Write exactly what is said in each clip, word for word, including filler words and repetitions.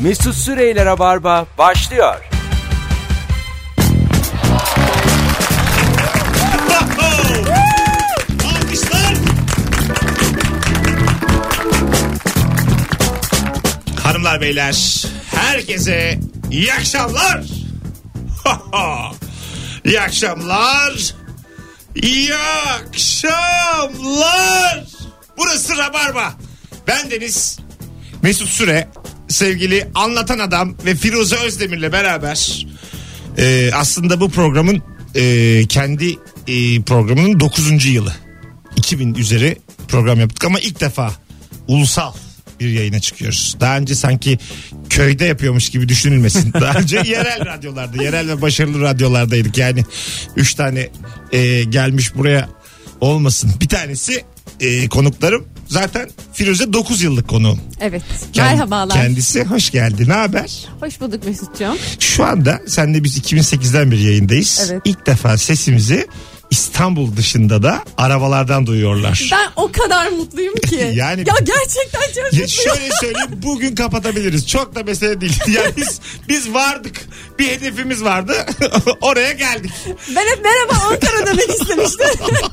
Mesut Süreyle Rabarba başlıyor. Alkışlar. Hanımlar beyler, herkese iyi akşamlar. İyi akşamlar. İyi akşamlar. Burası Rabarba. Ben Deniz Mesut Süre, sevgili Anlatan Adam ve Firuze Özdemir'le beraber e, aslında bu programın e, kendi e, programının dokuzuncu yılı. iki bin üzeri program yaptık ama ilk defa ulusal bir yayına çıkıyoruz. Daha önce sanki köyde yapıyormuş gibi düşünülmesin. Daha önce yerel radyolarda, yerel ve başarılı radyolardaydık. Yani üç tane e, gelmiş buraya olmasın. Bir tanesi e, konuklarım. Zaten Firuze dokuz yıllık konuğum. Evet. Kend- Merhabalar. Kendisi hoş geldi. Ne haber? Hoş bulduk Mesut'cuğum. Şu anda senle biz iki bin sekizden beri yayındayız. Evet. İlk defa sesimizi İstanbul dışında da arabalardan duyuyorlar. Ben o kadar mutluyum ki. Yani- ya gerçekten çok Ya mutluyum. şöyle söyleyeyim, bugün kapatabiliriz. Çok da mesele değil. Yani biz biz vardık. Bir hedefimiz vardı. Oraya geldik. Ben hep merhaba Ankara demek istemiştim.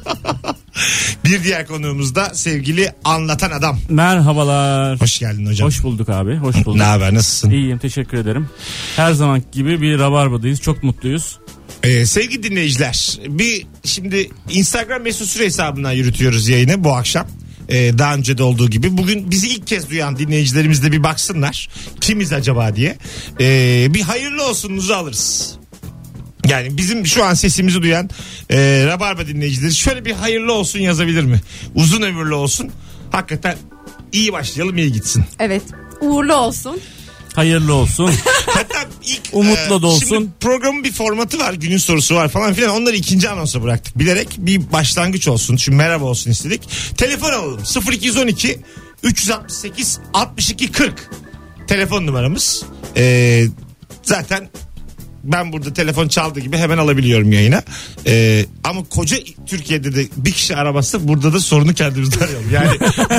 Bir diğer konuğumuz da sevgili Anlatan Adam. Merhabalar. Hoş geldin hocam. Hoş bulduk abi. Hoş bulduk. Ne haber, nasılsın? İyiyim, teşekkür ederim. Her zaman gibi bir Rabarba'dayız. Çok mutluyuz. Ee, sevgili dinleyiciler, bir şimdi Instagram Mesut Süre hesabından yürütüyoruz yayını bu akşam. Ee, daha önce de olduğu gibi bugün bizi ilk kez duyan dinleyicilerimiz de bir baksınlar kimiz acaba diye. Ee, bir hayırlı olsununuzu alırız. Yani bizim şu an sesimizi duyan e, Rabarba dinleyicileri şöyle bir hayırlı olsun yazabilir mi? Uzun ömürlü olsun. Hakikaten iyi başlayalım, iyi gitsin. Evet. Uğurlu olsun. Hayırlı olsun. Hatta ilk Umutla e, da olsun. Şimdi programın bir formatı var, günün sorusu var falan filan. Onları ikinci anonsa bıraktık. Bilerek bir başlangıç olsun. Şimdi merhaba olsun istedik. Telefon alalım. sıfır iki on iki üç altı sekiz altmış iki kırk telefon numaramız. Ee, zaten ben burada telefon çaldığı gibi hemen alabiliyorum yayına. Ee, ama koca Türkiye'de de bir kişi araması, burada da sorunu kendimizden arayalım. Yani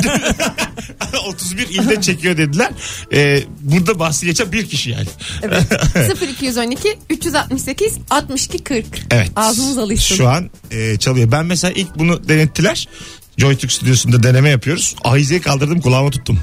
otuz bir ilde çekiyor dediler. Ee, burada bahsi geçen bir kişi yani. Evet. sıfır iki on iki üç altı sekiz altmış iki kırk. Evet. Ağzımız alışsın. Şu an e, çalıyor. Ben mesela ilk bunu denettiler. JoyTürk stüdyosunda deneme yapıyoruz. Ahizeyi kaldırdım, kulağıma tuttum.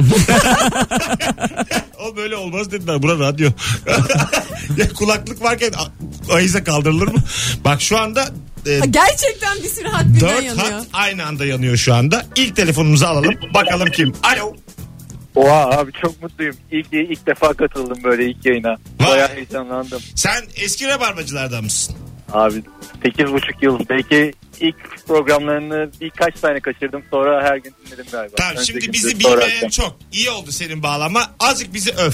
O böyle olmaz dediler. Bura radyo. Ya kulaklık varken ahize kaldırılır mı? Bak şu anda e, Ha, gerçekten bir sürü hat birden dört yanıyor. hat aynı anda yanıyor şu anda. İlk telefonumuzu alalım. Bakalım kim? Alo. Oha abi, çok mutluyum. İlk ilk defa katıldım böyle ilk yayına. Vay. Bayağı heyecanlandım. Sen eski rabarbacılardan mısın? Abi sekiz buçuk yıl, belki ilk programlarını birkaç tane kaçırdım, sonra her gün dinledim galiba. Tamam, Önce şimdi gündüz, bizi sonra bilmeyen akşam. çok. İyi oldu senin bağlama. Azıcık bizi öf.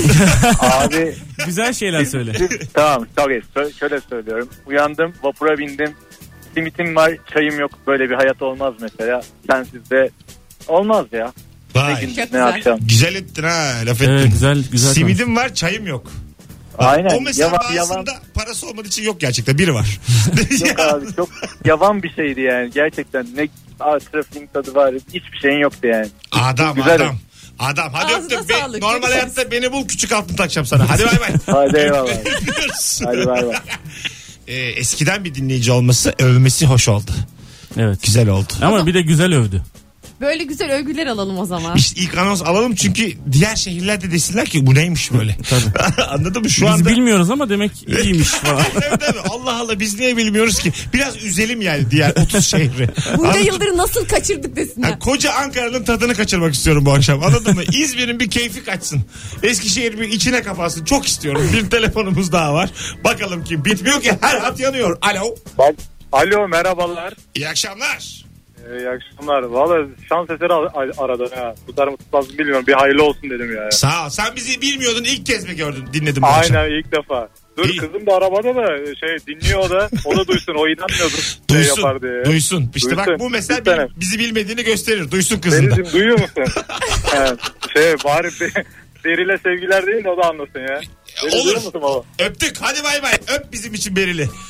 Abi Güzel şeyler söyle. tamam, tabii şöyle söylüyorum. Uyandım, vapura bindim. Simitim var, çayım yok. Böyle bir hayat olmaz mesela. Sensiz de olmaz ya. Ne Vay. gündüz, Çok ne güzel. akşam. Güzel ettin ha, laf ettin. Evet, güzel güzel. Simidim var, çayım yok. Aynen. O mesela Yavan, bazısında yavan. parası olmadığı için yok gerçekten. Biri var. Yok abi, çok yavan bir şeydi yani. Gerçekten ne aa, trafiğin tadı var. Hiçbir şeyin yoktu yani. Adam Güzel. adam. Adam hadi Ağzına öptüm. Be, sağlık. normal Görüşürüz. hayatta beni bul, küçük altın takacağım sana. Hadi bay bay. Hadi eyvallah. Öpüyoruz. Hadi bay bay. Ee, eskiden bir dinleyici olması, övmesi hoş oldu. Evet. Güzel oldu. Ama bir de güzel övdü. Böyle güzel övgüler alalım o zaman. İşte ilk anons alalım çünkü diğer şehirlerde desinler ki bu neymiş böyle. Anladın mı? Şu Biz anda bilmiyoruz ama demek iyiymiş falan. evet, evet. Allah Allah, biz niye bilmiyoruz ki? Biraz üzelim yani diğer otuz şehri. Bunca Anladın mı? yıldır nasıl kaçırdık desinler. Yani koca Ankara'nın tadını kaçırmak istiyorum bu akşam. Anladın mı? İzmir'in bir keyfi kaçsın. Eskişehir bir içine kapansın. Çok istiyorum. Bir telefonumuz daha var. Bakalım kim? Bitmiyor ki, her hat yanıyor. Alo. Bak, alo, merhabalar. İyi akşamlar. Ee, iyi akşamlar. Valla şans eseri ar- aradı ha. Tutar mı tutmaz mı bilmiyorum. Bir hayırlı olsun dedim ya. Sağ ol. Sen bizi bilmiyordun. İlk kez mi gördün? Dinledim bu akşam. Aynen, ilk defa. Dur, İyi. kızım da arabada da şey dinliyor o da. O da duysun. O inanmıyordu. Şey Duysun. yapar diye. Duysun. İşte Duysun. bak bu mesela Lütfen. bil- bizi bilmediğini gösterir. Duysun kızın da. Deniz'im, duyuyor musun? evet. Şey bari be, Beril'e sevgiler değil de o da anlasın ya. Beni Olur. duyuyor musun baba? Öptük. Hadi bay bay. Öp bizim için Beril'i.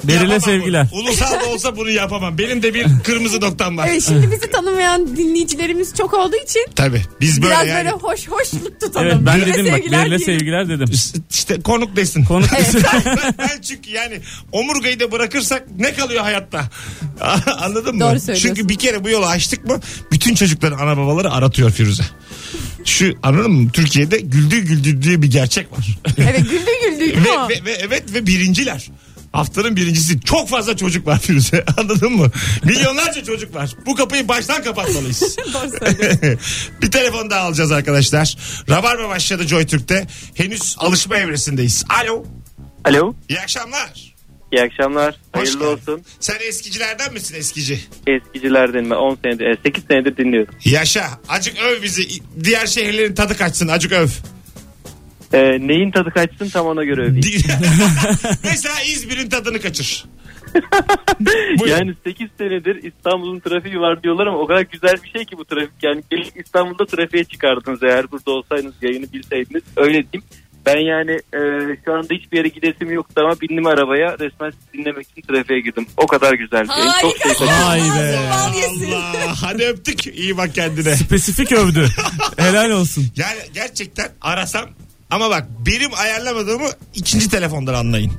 Beril'e Yapamam sevgiler. bunu. Ulusal da olsa bunu yapamam. Benim de bir kırmızı noktam var. Evet, şimdi bizi tanımayan dinleyicilerimiz çok olduğu için Tabii. Biz böyle biraz yani. böyle hoş hoşluk tutalım. Evet ben Beril'e dedim bak sevgiler Beril'e diyelim. sevgiler dedim. İşte konuk desin. Konu ben, ben çünkü yani omurgayı da bırakırsak ne kalıyor hayatta? Anladın mı? Doğru söylüyorsun. Çünkü bir kere bu yolu açtık mı bütün çocukların ana babaları aratıyor Firuze. Şu anladın mı? Türkiye'de güldüğü güldüğü diye bir gerçek var. Evet, güldü güldü ve, ama. ve, ve evet ve birinciler. Haftanın birincisi. Çok fazla çocuk var Firuze. Anladın mı? Milyonlarca çocuk var. Bu kapıyı baştan kapatmalıyız. Doğru söylüyorsun. Bir telefon daha alacağız arkadaşlar. Rabarba başladı JoyTürk'te. Henüz alışma evresindeyiz. Alo. Alo. İyi akşamlar. İyi akşamlar. Hoş Hayırlı geldin. olsun. Sen eskicilerden misin eskici? Eskicilerden ben on senedir, sekiz senedir dinliyorum. Yaşa. Acık öv bizi. Diğer şehirlerin tadı kaçsın. Acık öv. Ee, neyin tadı kaçsın tam ona göre öveyim. Mesela İzmir'in tadını kaçır. Buyurun. Yani sekiz senedir İstanbul'un trafiği var diyorlar ama o kadar güzel bir şey ki bu trafik. Yani gelip İstanbul'da trafiğe çıkardınız eğer burada olsaydınız, yayını bilseydiniz. Öyle diyeyim. Ben yani e, şu anda hiçbir yere gidesim yoktu ama bindim arabaya, resmen sizi dinlemek için trafiğe girdim. O kadar güzel bir şey. Çok Harika. şey. Vay be. Bal yesin. Allah. Hadi öptük. İyi bak kendine. Spesifik övdü. Helal olsun. Yani gerçekten arasam ama bak benim ayarlamadığımı ikinci telefondan anlayın.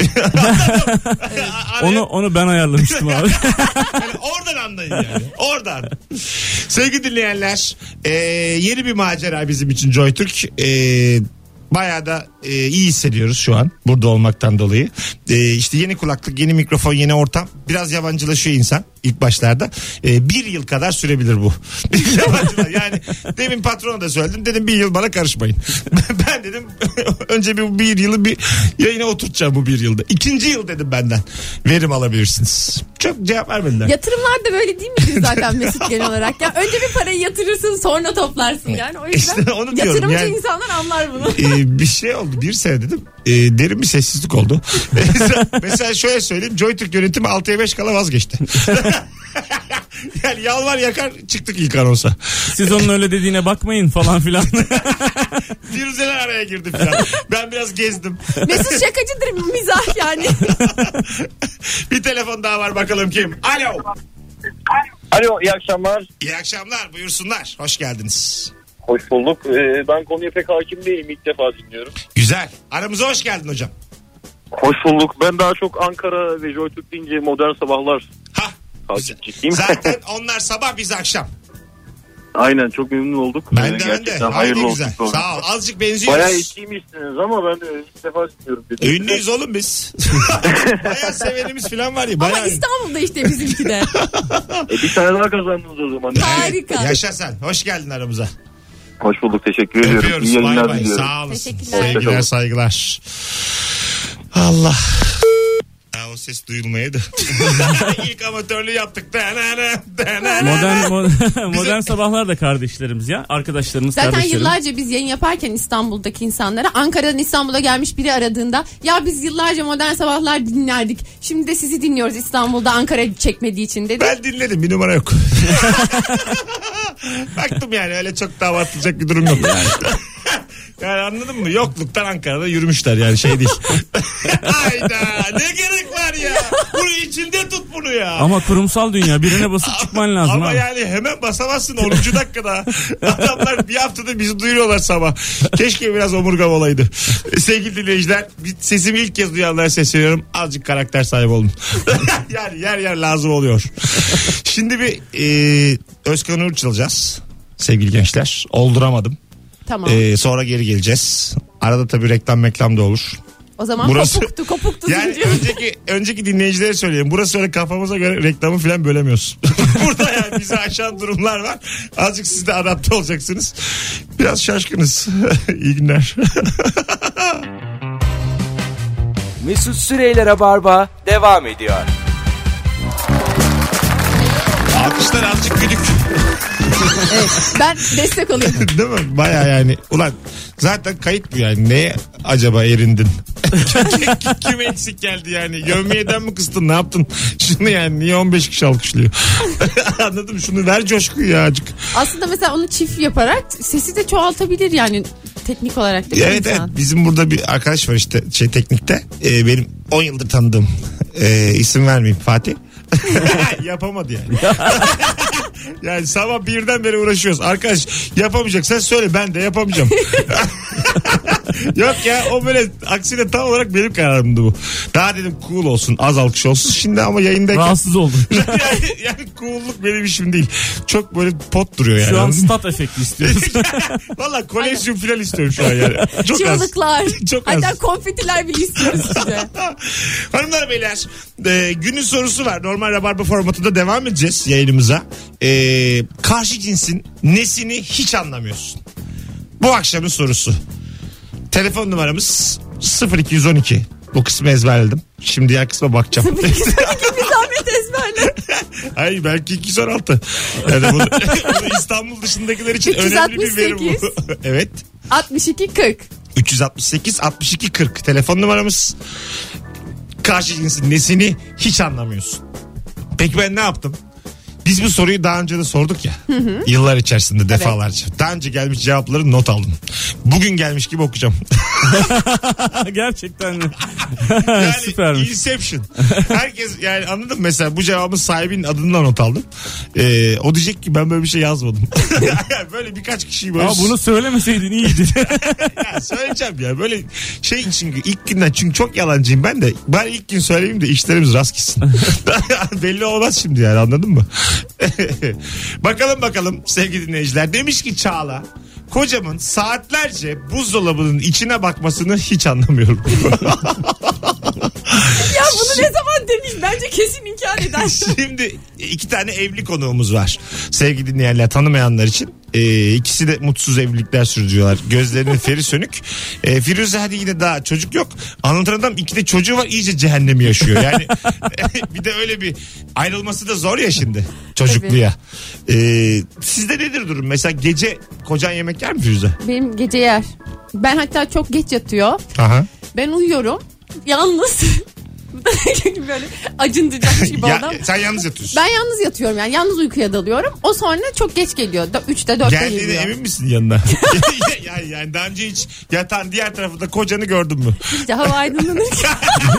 Onu onu ben ayarlamıştım abi. Yani oradan anlayın yani. Oradan. Sevgili dinleyenler, e, yeni bir macera bizim için JoyTürk. E, bayağı da e, iyi hissediyoruz şu an burada olmaktan dolayı. E, işte yeni kulaklık, yeni mikrofon, yeni ortam. Biraz yabancılaşıyor insan ilk başlarda. E, bir yıl kadar sürebilir bu. Yani demin patrona da söyledim. Dedim bir yıl bana karışmayın. Ben dedim önce bir, bir yılı bir yayına oturtacağım bu bir yılda. İkinci yıl dedim benden. Verim alabilirsiniz. Çok cevap vermediler. Yatırımlar da böyle değil midir zaten Mesut genel olarak? Ya önce bir parayı yatırırsın sonra toplarsın yani. O yüzden İşte onu diyorum yatırımcı yani. insanlar anlar bunu. Ee, bir şey oldu bir sene dedim. Ee, derin bir sessizlik oldu. mesela, mesela şöyle söyleyeyim. JoyTürk yönetimi altıya beş kala vazgeçti. Yani yalvar yakar çıktık ilk anonsa. Siz onun öyle dediğine bakmayın falan filan. Firuzeler araya girdi falan. Ben biraz gezdim. Mesut şakacıdır, mizah yani. Bir telefon daha var bakalım kim? Alo. Alo, iyi akşamlar. İyi akşamlar, buyursunlar. Hoş geldiniz. Hoş bulduk. Ee, ben konuya pek hakim değilim. İlk defa dinliyorum. Güzel. Aramıza hoş geldin hocam. Hoş bulduk. Ben daha çok Ankara ve JoyTürk deyince Modern Sabahlar Ha. takipçisiyim. Zaten onlar sabah biz akşam. Aynen, çok memnun olduk. Ben Ee, de ben de. gerçekten Haydi hayırlı güzel. olsun. Sağ ol. Azıcık benziyoruz. Bayağı içkiymişsiniz ama ben de ilk defa dinliyorum. Dedim. Ünlüyüz oğlum biz. Bayağı sevenimiz falan var ya. Bayağı... Ama İstanbul'da işte bizimki de. E, bir tane daha kazandınız o zaman. Harika. Yaşa sen. Hoş geldin aramıza. Hoş bulduk, teşekkür ediyorum. Öpüyoruz. İyi Bay yayınlar bay. diliyorum. Sağ olasın. Teşekkürler. Sevgiler, Hoşçakalın. saygılar. Allah. Ha, o ses duyulmaydı. İlk amatörlüğü yaptık. Modern mo- modern sabahlar da kardeşlerimiz ya. Arkadaşlarımız, Zaten kardeşlerimiz. yıllarca biz yayın yaparken İstanbul'daki insanlara, Ankara'dan İstanbul'a gelmiş biri aradığında ya biz yıllarca Modern Sabahlar dinlerdik. Şimdi de sizi dinliyoruz İstanbul'da, Ankara çekmediği için dedi. Ben dinledim, bir numara yok. Baktım yani öyle çok da abartılacak bir durum yok. Yani anladın mı? Yokluktan Ankara'da yürümüşler yani, şey değil. Hayda, ne gerek var ya? Bunu içinde tut bunu ya. Ama kurumsal dünya, birine basıp çıkman lazım. Ama ha. yani hemen basamazsın onuncu dakikada. Adamlar bir haftada bizi duyuruyorlar sabah. Keşke biraz omurgam olaydı. Sevgili dinleyiciler, sesimi ilk kez duyanlara sesleniyorum. Azıcık karakter sahibi olun. Yani yer yer lazım oluyor. Şimdi bir e, Özkan Uğur çalacağız. Sevgili gençler. Olduramadım. Tamam. Ee, sonra geri geleceğiz. Arada tabii reklam meklam da olur. O zaman burası- kopuktu kopuktu Yani zincir. önceki önceki dinleyicilere söyleyeyim. Burası öyle kafamıza göre reklamı falan bölemiyoruz. Burada yani bizi aşan durumlar var. Azıcık siz de adapte olacaksınız. Biraz şaşkınız. İyi günler. Mesut Süreyler'e barba devam ediyor. Alkışlar azıcık güdük. Evet, ben destek olayım. Değil mi? Baya yani. Ulan zaten kayıt bu yani. Neye acaba erindin? Kim eksik geldi yani? Gömmeyeden mi kıstın? Ne yaptın? Şunu yani niye on beş kişi alkışlıyor? Anladın mı? Şunu ver coşkuyu ya azıcık. Aslında mesela onu çift yaparak sesi de çoğaltabilir yani, teknik olarak da. Evet evet, bizim burada bir arkadaş var işte şey teknikte, ee, benim on yıldır tanıdığım Ee, isim vermeyeyim. Fatih. Yapamadı yani. Yani sabah birden beri uğraşıyoruz. Arkadaş yapamayacaksan söyle, ben de yapamayacağım. Yok ya, o böyle aksine tam olarak benim kararımdı bu. Daha dedim cool olsun, az alkış olsun. Şimdi ama yayındayken. Rahatsız oldum. yani, yani cool'luk benim işim değil. Çok böyle pot duruyor yani. Şu an stat efekti istiyoruz. Valla kolezyum falan istiyorum şu an yani. Çok Çığlıklar. az. Çok az. Hatta konfetiler bile istiyoruz size. Hanımlar beyler, e, günün sorusu var. Normal Rabarba formatında devam edeceğiz yayınımıza. E, karşı cinsin nesini hiç anlamıyorsun? Bu akşamın sorusu. Telefon numaramız sıfır iki on iki. Bu kısmı ezberledim. Şimdi diğer kısma bakacağım. Bir zahmet ezberle. Hayır, belki iki yüz on altı. Yani bunu, bunu İstanbul dışındakiler için önemli bir veri bu. Evet. altmış iki kırk. üç yüz altmış sekiz altmış iki kırk telefon numaramız. Karşı cinsin nesini hiç anlamıyorsun? Peki ben ne yaptım? Biz bu soruyu daha önce de sorduk ya. Hı hı. Yıllar içerisinde defalarca. Evet. Daha önce gelmiş cevapları not aldım. Bugün gelmiş gibi okuyacağım. Gerçekten mi? Yani Süpermiş. Inception. Herkes yani, anladın mı? Mesela bu cevabın sahibinin adından not aldım. Ee, o diyecek ki ben böyle bir şey yazmadım. Böyle birkaç kişiyi böyle. Ama bunu söylemeseydin iyiydi. Ya söyleyeceğim ya, böyle şey çünkü ilk günden, çünkü çok yalancıyım ben de. Ben ilk gün söyleyeyim de işlerimiz rast gitsin. Belli olmaz şimdi yani, anladın mı? Bakalım bakalım sevgili dinleyiciler. Demiş ki Çağla, kocamın saatlerce buzdolabının içine bakmasını hiç anlamıyorum. Ya bunu ne zaman demiş? Bence kesin inkar eder. Şimdi iki tane evli konuğumuz var. Sevgili dinleyenler, tanımayanlar için. Ee, ikisi de mutsuz evlilikler sürdürüyorlar. Gözlerinin feri sönük. Ee, Firuze hadi yine daha çocuk yok. Anlatan adam iki de çocuğu var, iyice cehennemi yaşıyor. Yani bir de öyle bir ayrılması da zor ya şimdi çocukluya. Ee, sizde nedir durum? Mesela gece kocan yemek yer mi Firuze? Benim gece yer. Ben hatta çok geç yatıyor. Aha. Ben uyuyorum. Yalnız böyle acındıracakmış gibi Ya, oldu. sen yalnız yatıyorsun. Ben yalnız yatıyorum yani. Yalnız uykuya dalıyorum. O sonra çok geç geliyor. Üçte dörtte Geldiğine geliyor. emin misin yanına? yani, yani daha önce hiç yatağın diğer tarafında kocanı gördün mü? İşte hava aydınlanırken.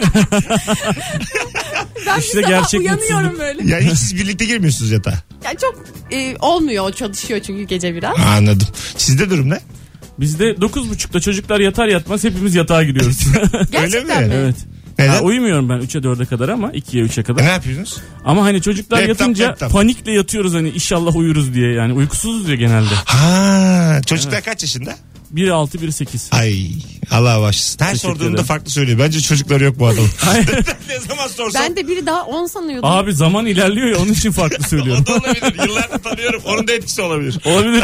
Ben İşte bir sabah gerçek uyanıyorum mutsuzluk. böyle. Yani hiç siz birlikte girmiyorsunuz yatağa. Yani çok e, olmuyor, o çalışıyor çünkü gece biraz. Anladım. Sizde durum ne? Bizde dokuz buçukta çocuklar yatar yatmaz hepimiz yatağa giriyoruz. Gerçekten Öyle mi? mi? Evet. Neden? Ha, uyumuyorum ben üçe dörde kadar ama ikiye üçe kadar. E, ne yapıyorsunuz? Ama hani çocuklar Laptop, yatınca laptop. panikle yatıyoruz hani inşallah uyuruz diye. Yani uykusuzuz ya genelde. Ha, çocuklar kaç yaşında? biri altı biri sekiz. Ay Allah başlasın. Her Teşekkür sorduğumda ederim. farklı söylüyor. Bence çocukları yok bu adamın. Ne zaman sorsam. Ben de biri daha on sanıyordum. Abi zaman ilerliyor ya onun için farklı söylüyorum. O da olabilir. Yıllardır tanıyorum. Onun da etkisi olabilir. Olabilir.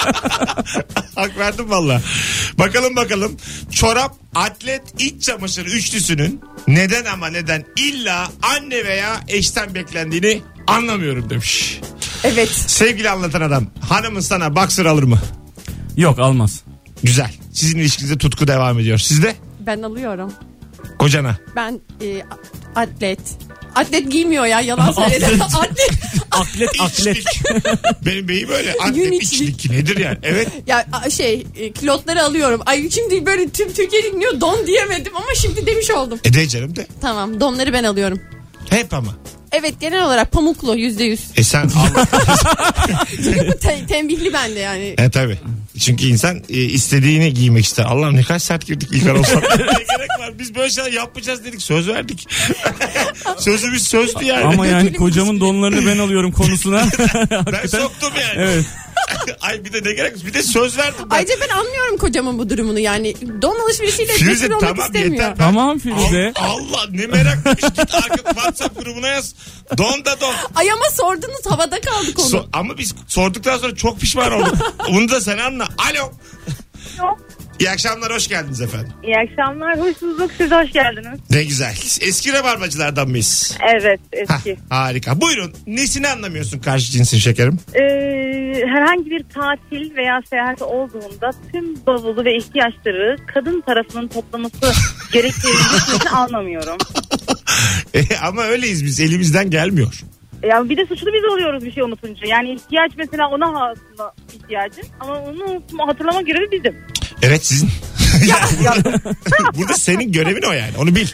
Hak verdim valla. Bakalım bakalım. Çorap, atlet, iç çamaşırı üçlüsünün neden ama neden illa anne veya eşten beklendiğini anlamıyorum demiş. Evet. Sevgili anlatan adam, hanımın sana boxer alır mı? Yok almaz. Güzel. Sizin ilişkinizde tutku devam ediyor. Sizde? Ben alıyorum. Kocana. Ben e, atlet. Atlet giymiyor ya, yalan söyledim. Atlet. Atlet atlet. İçlik. Benim beyim öyle. Atlet Gün içlik. içlik. Nedir yani? Evet. Ya a- şey e, kilotları alıyorum. Ay şimdi böyle tüm Türkiye dinliyor, don diyemedim ama şimdi demiş oldum. E de canım de. Tamam, donları ben alıyorum. Hep ama. Evet, genel olarak pamuklu yüzde yüz. E sen al. Çünkü bu te- tembihli bende yani. E tabi. Çünkü insan e, istediğini giymek ister. Allah'ım ne kadar sert girdik ilk an olsa. Ne gerek var? Biz böyle şeyler yapmayacağız dedik. Söz verdik. Sözümüz sözdü yani. Ama yani kocamın donlarını ben alıyorum konusuna. Ben soktum yani. Evet. Ay bir de ne gerek var? Bir de söz verdim ben. Ayrıca ben anlıyorum kocamın bu durumunu yani. Don alışverişiyle Firuze, meşgul olmak tamam, istemiyor. yeter. Tamam Firuze. Allah, Allah ne meraklıymış. Git arka WhatsApp grubuna yaz. Don da don. Ay ama sordunuz, havada kaldık onu. So- ama biz sorduktan sonra çok pişman olduk. Bunu da sen anla. Alo. İyi akşamlar, hoş geldiniz efendim. İyi akşamlar, hoş bulduk. Siz hoş geldiniz. Ne güzel. Eski rabarbacılardan mıyız? Evet, Hah, eski. harika. Buyurun. Nesini anlamıyorsun karşı cinsin şekerim? Ee, herhangi bir tatil veya seyahat olduğunda tüm bavulu ve ihtiyaçları kadın tarafının toplaması gerektiğini anlamıyorum. E, ama öyleyiz biz. Elimizden gelmiyor. Yani bir de suçlu biz oluyoruz bir şey unutunca. Yani ihtiyaç mesela ona aslında ihtiyacın ama onu hatırlama görevi bizim. Evet sizin. Burada senin görevin o yani. Onu bil.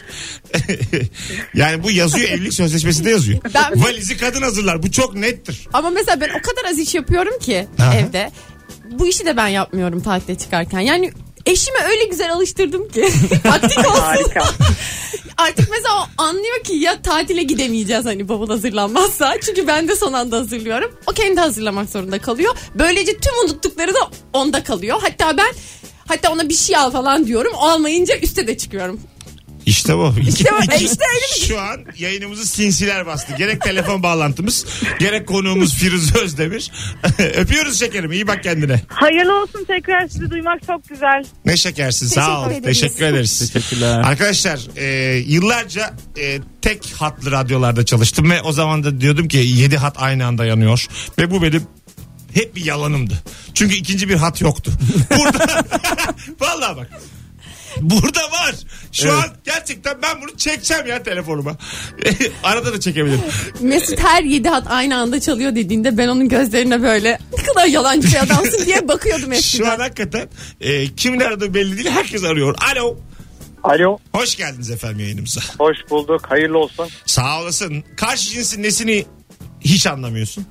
Yani bu yazıyor, evlilik sözleşmesinde yazıyor. Ben- Valizi kadın hazırlar. Bu çok nettir. Ama mesela ben o kadar az iş yapıyorum ki Aha. evde. Bu işi de ben yapmıyorum tatile çıkarken. Yani eşime öyle güzel alıştırdım ki. Taktik olsun. Harika. Artık mesela o anlıyor ki ya tatile gidemeyeceğiz hani bavul hazırlanmazsa. Çünkü ben de son anda hazırlıyorum. O kendi hazırlamak zorunda kalıyor. Böylece tüm unuttukları da onda kalıyor. Hatta ben hatta ona bir şey al falan diyorum. O almayınca üste de çıkıyorum. İşte bu. İşte bu. İki- İşte öyle. Şu an yayınımızı sinsiler bastı. Gerek telefon bağlantımız, gerek konuğumuz Firuze Özdemir. Öpüyoruz şekerim. İyi bak kendine. Hayırlı olsun, tekrar sizi duymak çok güzel. Ne şekersin. Sağ ol. Teşekkür ederiz. Teşekkür ederiz. Teşekkürler. Arkadaşlar e, yıllarca e, tek hatlı radyolarda çalıştım ve o zaman da diyordum ki yedi hat aynı anda yanıyor. Ve bu benim hep bir yalanımdı. Çünkü ikinci bir hat yoktu. Burada vallahi bak. Burada var. Şu Evet. an gerçekten ben bunu çekeceğim ya telefonuma. Arada da çekebilirim. Mesut her yedi hat aynı anda çalıyor dediğinde ben onun gözlerine böyle ne kadar yalancı bir adamsın diye bakıyordum eskiden. Şu an hakikaten e, kimin aradığı belli değil. Herkes arıyor. Alo. Alo. Hoş geldiniz efendim yayınımıza. Hoş bulduk. Hayırlı olsun. Sağ olasın. Karşı cinsin nesini hiç anlamıyorsun?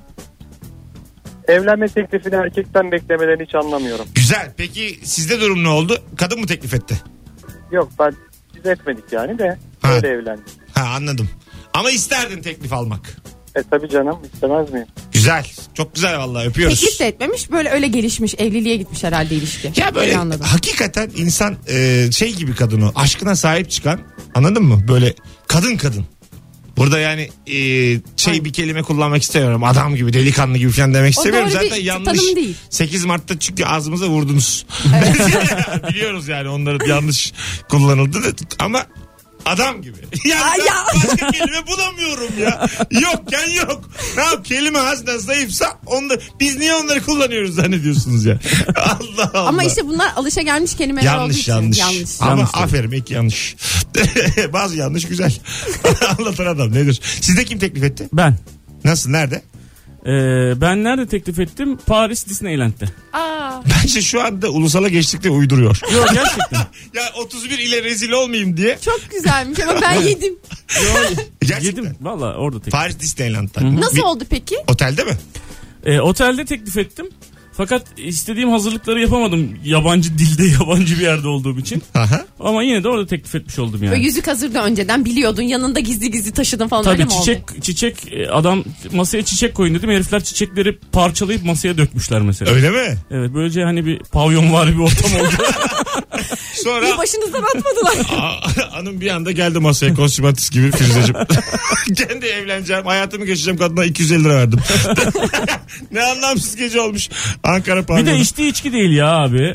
Evlenme teklifini erkekten beklemeden hiç anlamıyorum. Güzel. Peki sizde durum ne oldu? Kadın mı teklif etti? Yok, ben biz etmedik yani de Ha. öyle evlendik. Ha, anladım. Ama isterdin teklif almak. E tabii canım, istemez miyim? Güzel. Çok güzel vallahi, öpüyoruz. Teklif de etmemiş böyle öyle gelişmiş evliliğe gitmiş herhalde ilişki. Ya böyle Öyle anladım. hakikaten insan e, şey gibi kadın o. Aşkına sahip çıkan, anladın mı? Böyle kadın kadın. Burada yani e, şey Ay. bir kelime kullanmak istemiyorum. Adam gibi, delikanlı gibi falan demek O istemiyorum. doğru bir Zaten yanlış. tanım değil. sekiz Mart'ta çünkü ağzımıza vurdunuz. Biliyoruz yani onların yanlış kullanıldı da, ama adam gibi. Yani Ay ben ya. başka kelime bulamıyorum ya. Yokken yok. Ne yap, kelime haznen zayıfsa onları, biz niye onları kullanıyoruz zannediyorsunuz ya. Allah Allah. Ama işte bunlar alışagelmiş kelimeler olduğu Yanlış için. yanlış. yanlış. Ama Yanlış. aferin, ilk yanlış. Bazı yanlış güzel. Anlatan adam nedir? Sizde kim teklif etti? Ben. Nasıl, nerede? Ee, ben nerede teklif ettim? Paris Disneyland'de. Aa, Bence şu anda ulusala geçtikte uyduruyor. Yok gerçekten. Ya otuz bir ile rezil olmayayım diye. çok güzelmiş ama ben yedim. Gerçekten. Yedim. Valla orada teklif. Paris Disneyland'da. Nasıl Bir oldu peki? otelde mi? Ee, otelde teklif ettim. Fakat istediğim hazırlıkları yapamadım. Yabancı dilde, yabancı bir yerde olduğum için. Aha. Ama yine de orada teklif etmiş oldum yani. Böyle yüzük hazırdı önceden biliyordun yanında gizli gizli taşıdın falan öyle Tabii mi oldu? çiçek çiçek e, adam masaya çiçek koyun dedim. Herifler çiçekleri parçalayıp masaya dökmüşler mesela. Öyle mi? Evet, böylece hani bir pavyon var bir ortam oldu. Sonra İyi başınızdan atmadılar. Aa, hanım bir anda geldi masaya, konsumatist gibi Firuzeciğim. Kendi evleneceğim, hayatımı geçeceğim, kadına iki yüz elli lira verdim. Ne anlamsız gece olmuş. Ankara Bir pavyonu. de içtiği içki değil ya abi.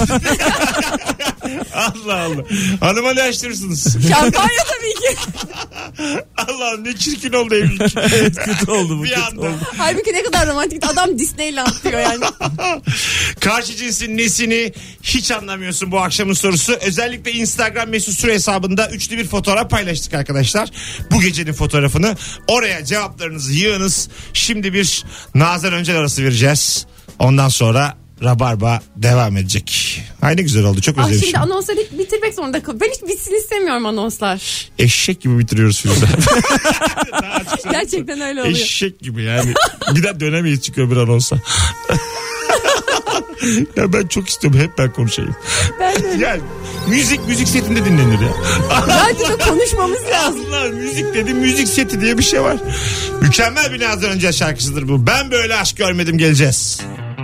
Allah Allah. Hanıma ne açtırırsınız? Şampanya tabii ki. Allah'ım ne çirkin oldu evlilik. Kötü oldu bu. Bir kötü anda. oldu. Halbuki ne kadar romantik. Adam Disneyland diyor yani. Karşı cinsin nesini hiç anlamıyorsun bu akşamın sorusu. Özellikle Instagram Mesut Süre hesabında üçlü bir fotoğraf paylaştık arkadaşlar. Bu gecenin fotoğrafını. Oraya cevaplarınızı yığınız. Şimdi bir Nazan Öncel arası vereceğiz. Ondan sonra Rabarba devam edecek. Ay ne güzel oldu, çok Ah özlemişim. şimdi anonsları bitirmek zorunda kal. Ben hiç bitsin istemiyorum anonslar. Eşek gibi bitiriyoruz Firuze. Gerçekten öyle oluyor. Eşek gibi yani. Bir daha dönemeyiz çünkü öbür anonsa. Ya ben çok istiyorum hep ben konuşayım. Ben de öyle. Yani müzik müzik setinde dinlenir ya. Radyoda konuşmamız lazım. Allah, müzik dedi, müzik seti diye bir şey var. Mükemmel bir Nazan Öncel şarkısıdır bu. Ben böyle aşk görmedim, geleceğiz.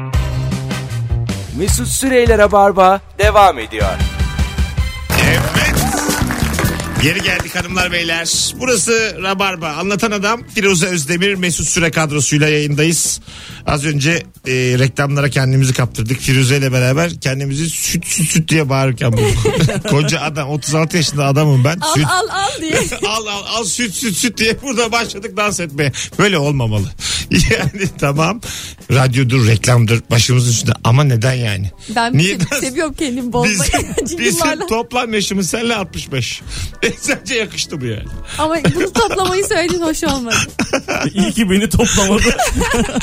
Mesut Süreyler'e barba devam ediyor. Evet. Geri geldik hanımlar beyler. Burası Rabarba. Anlatan Adam Firuze Özdemir, Mesut Süre kadrosuyla yayındayız. Az önce e, reklamlara kendimizi kaptırdık. Firuze ile beraber kendimizi süt süt süt diye bağırırken bulduk. Koca adam, otuz altı yaşında adamım ben. Al süt, al al diye. al al al süt süt süt diye burada başladık dans etmeye. Böyle olmamalı. Yani tamam, radyodur, reklamdır, başımızın üstünde, ama neden yani? Ben Niye sev- dans- seviyorum kendimi bozmayı. Biz, bizim Cigillerle. toplam yaşımız seninle altmış beş. Sence yakıştı bu yani? Ama bunu toplamayı söylediğin hoş olmadı. İyi ki beni toplamadı. Uçarız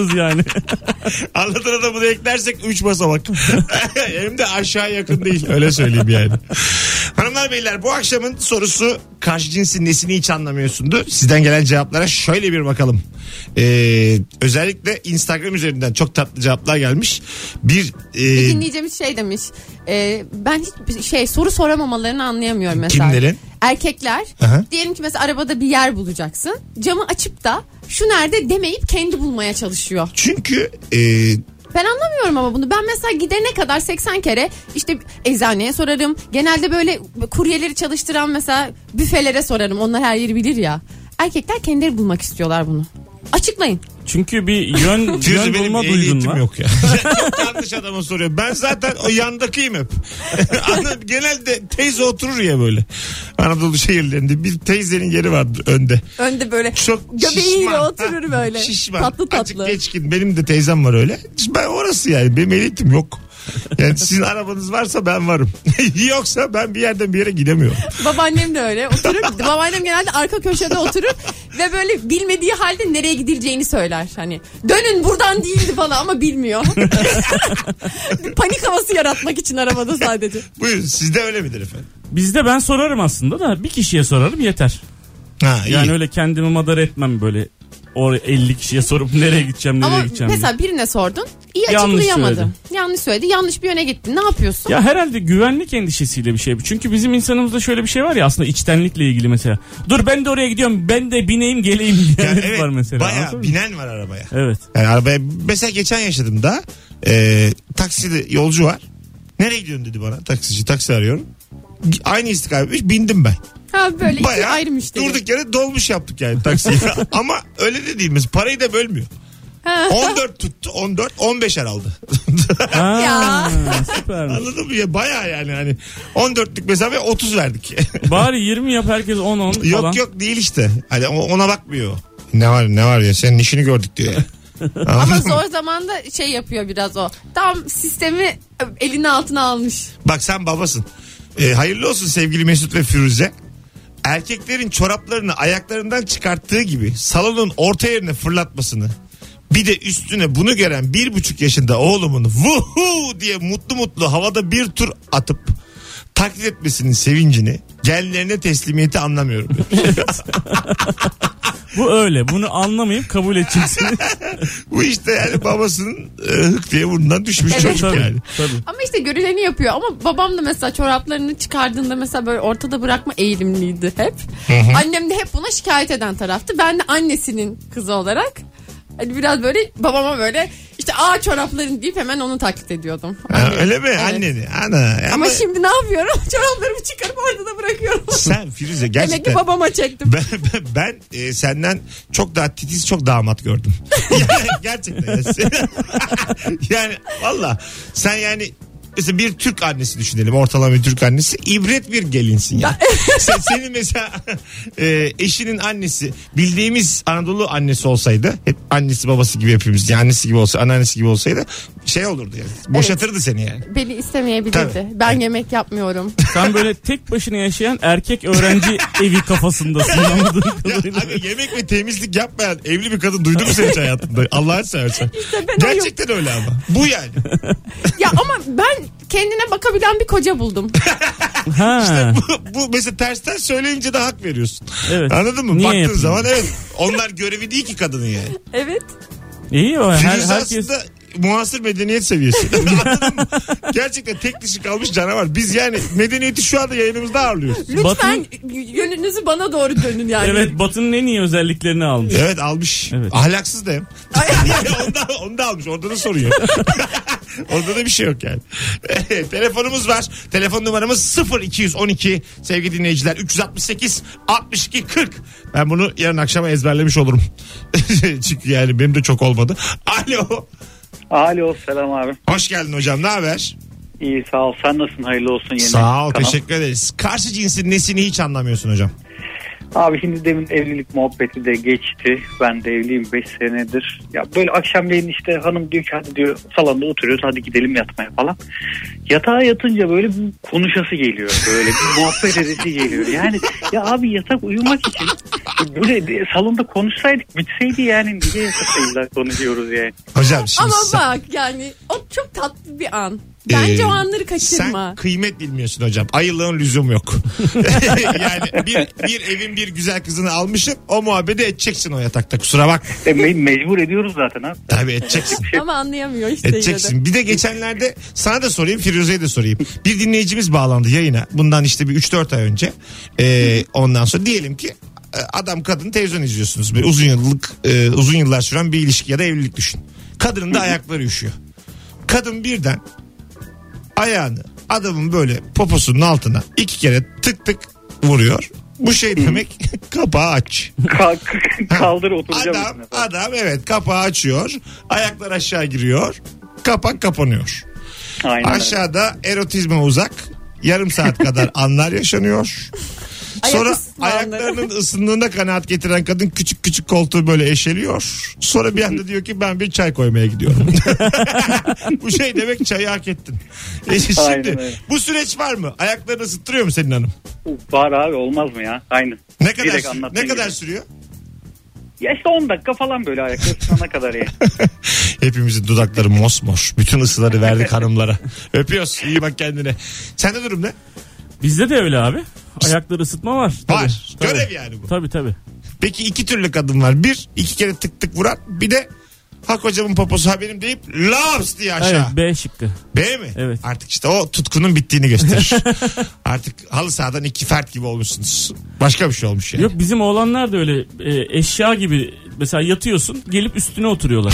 anlarız yani. Anlatan adamı da eklersek üç basamak. Hem de aşağı yakın değil. Öyle söyleyeyim yani. Hanımlar beyler, bu akşamın sorusu karşı cinsin nesini hiç anlamıyorsundu. Sizden gelen cevaplara şöyle bir bakalım. Ee, özellikle Instagram üzerinden çok tatlı cevaplar gelmiş. Bir, e... bir dinleyeceğimiz şey demiş. E, ben hiç şey soru soramamalarını anlayamıyorum mesela. Kimlerin? Erkekler. Aha. Diyelim ki mesela arabada bir yer bulacaksın. Camı açıp da şu nerede demeyip kendi bulmaya çalışıyor. Çünkü e... ben anlamıyorum ama bunu. Ben mesela gidene kadar seksen kere işte eczaneye sorarım. Genelde böyle kuryeleri çalıştıran mesela büfelere sorarım. Onlar her yeri bilir ya. Erkekler kendileri bulmak istiyorlar bunu. Açıklayın. Çünkü bir yön, Firuze, yön benim bulma duydun ehliyetim var. yok ya. Yanlış adama soruyor. Ben zaten o yandakıyım hep. Genelde teyze oturur ya böyle. Anadolu şehirlerinde bir teyzenin yeri vardır önde. Önde böyle Çok göbeğiyle şişman. oturur Ha, böyle. Şişman. Tatlı tatlı. Azıcık geçkin. Benim de teyzem var öyle. Ben orası yani. Benim ehliyetim yok. Yani sizin arabanız varsa ben varım. Yoksa ben bir yerden bir yere gidemiyorum. Babaannem de öyle oturur. Babaannem genelde arka köşede oturur ve böyle bilmediği halde nereye gidileceğini söyler. Hani dönün buradan değildi falan ama bilmiyor. Bir panik havası yaratmak için arabada sadece. Buyurun, sizde öyle midir efendim? Bizde ben sorarım aslında da bir kişiye sorarım yeter. Ha, iyi. Yani öyle kendimi madara etmem böyle. O elli kişiye sorup nereye gideceğim nereye Ama gideceğim. mesela diye. Birine sordun. İyi Yanlış açıklayamadı. söyledi. Yanlış söyledi. Yanlış bir yöne gittin. Ne yapıyorsun? Ya herhalde güvenlik endişesiyle bir şey bu. Çünkü bizim insanımızda şöyle bir şey var ya aslında içtenlikle ilgili mesela. Dur ben de oraya gidiyorum. Ben de bineyim geleyim diye Yani evet, var mesela. bayağı binen var arabaya. Evet. Yani arabaya mesela geçen yaşadım da e, takside yolcu var. Nereye gidiyorsun dedi bana taksici. Taksi arıyorum. Aynı istikametmiş, bindim ben. Ha böyle iki Bayağı ayrı müşteri. durduk yere dolmuş yaptık yani taksiyi. Ama öyle de değil. Mesela parayı da bölmüyor. on dört tuttu. on dört on beşer aldı. Ha, Ya. süpermiş. Anladın mı ya? Bayağı yani hani on dörtlük mesafe otuz verdik. Bari yirmi yap herkes on on falan. Yok yok değil işte. Hani ona bakmıyor. Ne var ne var ya, senin işini gördük diyor ya. Ama zor zamanda şey yapıyor biraz o. Tam sistemi elinin altına almış. Bak sen babasın. Ee, hayırlı olsun sevgili Mesut ve Firuze. Erkeklerin çoraplarını ayaklarından çıkarttığı gibi salonun orta yerine fırlatmasını, bir de üstüne bunu gören bir buçuk yaşında oğlumun vuhu diye mutlu mutlu havada bir tur atıp taklit etmesinin sevincini, genlerine teslimiyeti anlamıyorum. Bu öyle. Bunu anlamayıp kabul edeceksin. Bu işte yani babasının e, hık diye burnundan düşmüş Evet. çocuk Tabii, yani. tabii. Ama işte görüleni yapıyor. Ama babam da mesela çoraplarını çıkardığında mesela böyle ortada bırakma eğilimliydi hep. Annem de hep buna şikayet eden taraftı. Ben de annesinin kızı olarak hani biraz böyle babama böyle işte aa çorapların deyip hemen onu taklit ediyordum. Ha, Annem. öyle mi? Evet. Anneni. Ana. Ama, Ama şimdi ne yapıyorum? Çoraplarımı çıkarıp ortada bırakıyorum. sen Firuze Demek ki gerçekten babama çektim. ben, ben, ben e, senden çok daha titiz çok damat gördüm. Yani gerçekten. Yani, yani valla sen yani mesela bir Türk annesi düşünelim, ortalama bir Türk annesi, ibret bir gelinsin ya. Sen, senin mesela e, eşinin annesi bildiğimiz Anadolu annesi olsaydı, hep annesi babası gibi hepimiz, yani annesi gibi olsa, anneannesi gibi olsaydı şey olurdu yani. Boşatırdı seni yani. Beni istemeyebilirdi. Tabii. Ben yemek yapmıyorum. Sen böyle tek başına yaşayan erkek öğrenci evi kafasındasın. Anladığım Ya kadarıyla. abi yemek ve temizlik yapmayan evli bir kadın duydun mu sen hiç hayatında? Allah'ını seversen. İşte ben Gerçekten öyle ama. Bu yani. Ya ama ben kendine bakabilen bir koca buldum. Ha. bu, bu mesela tersten söyleyince de hak veriyorsun. Evet. Anladın mı? Niye Baktığın yapayım? zaman evet. Onlar görevi değil ki kadının yani. Evet. İyi o. Her, Firuze herkes aslında muhasır medeniyet seviyesi. Anladın mı? Gerçekten tek dişi kalmış canavar. Biz yani medeniyeti şu anda yayınımızda ağırlıyoruz. Lütfen Batı- yönünüzü bana doğru dönün yani. evet Batı'nın en iyi özelliklerini almış. Evet almış. Evet. Ahlaksız da hem. onu, da, onu da almış. Orada da soruyor. Orada da bir şey yok yani. Telefonumuz var. Telefon numaramız sıfır iki on iki sevgili dinleyiciler. üç altı sekiz altmış iki kırk. Ben bunu yarın akşama ezberlemiş olurum. Çünkü yani benim de çok olmadı. Alo. Alo, selam abi. Hoş geldin hocam. Ne haber? İyi, sağ ol. Sen nasılsın? Hayırlı olsun yeni Sağ ol. kanal. Teşekkür ederiz. Karşı cinsin nesini hiç anlamıyorsun hocam? Abi şimdi demin evlilik muhabbeti de geçti. Ben de evliyim beş senedir. Ya böyle akşamleyin işte hanım diyor ki hadi diyor salonda oturuyoruz, hadi gidelim yatmaya falan. Yatağa yatınca böyle bir konuşası geliyor. Böyle bir muhabbet edesi geliyor. Yani ya abi yatak uyumak için Böyle de- salonda konuşsaydık bitseydi yani. Niye illa konuşuyoruz yani. Hocam şimdi Ama sen, bak yani o çok tatlı bir an. Bence Ee, o anları kaçırma. sen kıymet bilmiyorsun hocam. Ayılığın lüzum yok. Yani bir, bir evin bir güzel kızını almışım. O muhabbeti edeceksin o yatakta. Kusura bak. E, me- mecbur ediyoruz zaten abi. Tabii edeceksin. Ama anlayamıyor işte yine de. Edeceksin. Bir de geçenlerde sana da sorayım, Firuze'ye de sorayım. Bir dinleyicimiz bağlandı yayına. Bundan işte bir üç dört ay önce. Ee, ondan sonra diyelim ki adam kadın televizyon izliyorsunuz. Böyle uzun yıllık e, uzun yıllar süren bir ilişki ya da evlilik düşün. Kadının da ayakları üşüyor. Kadın birden ayağını adamın böyle poposunun altına iki kere tık tık vuruyor. Bu şey demek kapağı aç. Kalk, kaldır oturacağım. Adam, adam evet kapağı açıyor. Ayaklar aşağı giriyor. Kapak kapanıyor. Aynen öyle. Aşağıda erotizme uzak yarım saat kadar anlar yaşanıyor. Ayak Sonra ısıtma anları. ayaklarının ısındığına kanaat getiren kadın küçük küçük koltuğu böyle eşeliyor. Sonra bir anda diyor ki ben bir çay koymaya gidiyorum. Bu şey demek çayı hak ettin. E şimdi Aynen öyle. bu süreç var mı? Ayaklarını ısıttırıyor mu senin hanım? Var abi olmaz mı ya? Aynı. Ne kadar Direkt sü- anlattığın ne kadar gibi. sürüyor? Ya işte on dakika falan böyle ayakta ısınana kadar ya. Hepimizin dudakları mosmor. Bütün ısıları verdik hanımlara. Öpüyoruz. İyi bak kendine. Sende durum ne? Bizde de öyle abi. Ayakları ısıtma var. Tabii, Var. tabii. Görev yani bu. Tabii tabii. Peki iki türlü kadın var. Bir, iki kere tık tık vuran. Bir de hak hocamın poposu ha benim deyip laps diye aşağı. Evet B şıkkı. B mi? Evet. Artık işte o tutkunun bittiğini gösterir. Artık halı sahadan iki fert gibi olmuşsunuz. Başka bir şey olmuş yani. Yok bizim oğlanlar da öyle e, eşya gibi mesela yatıyorsun gelip üstüne oturuyorlar.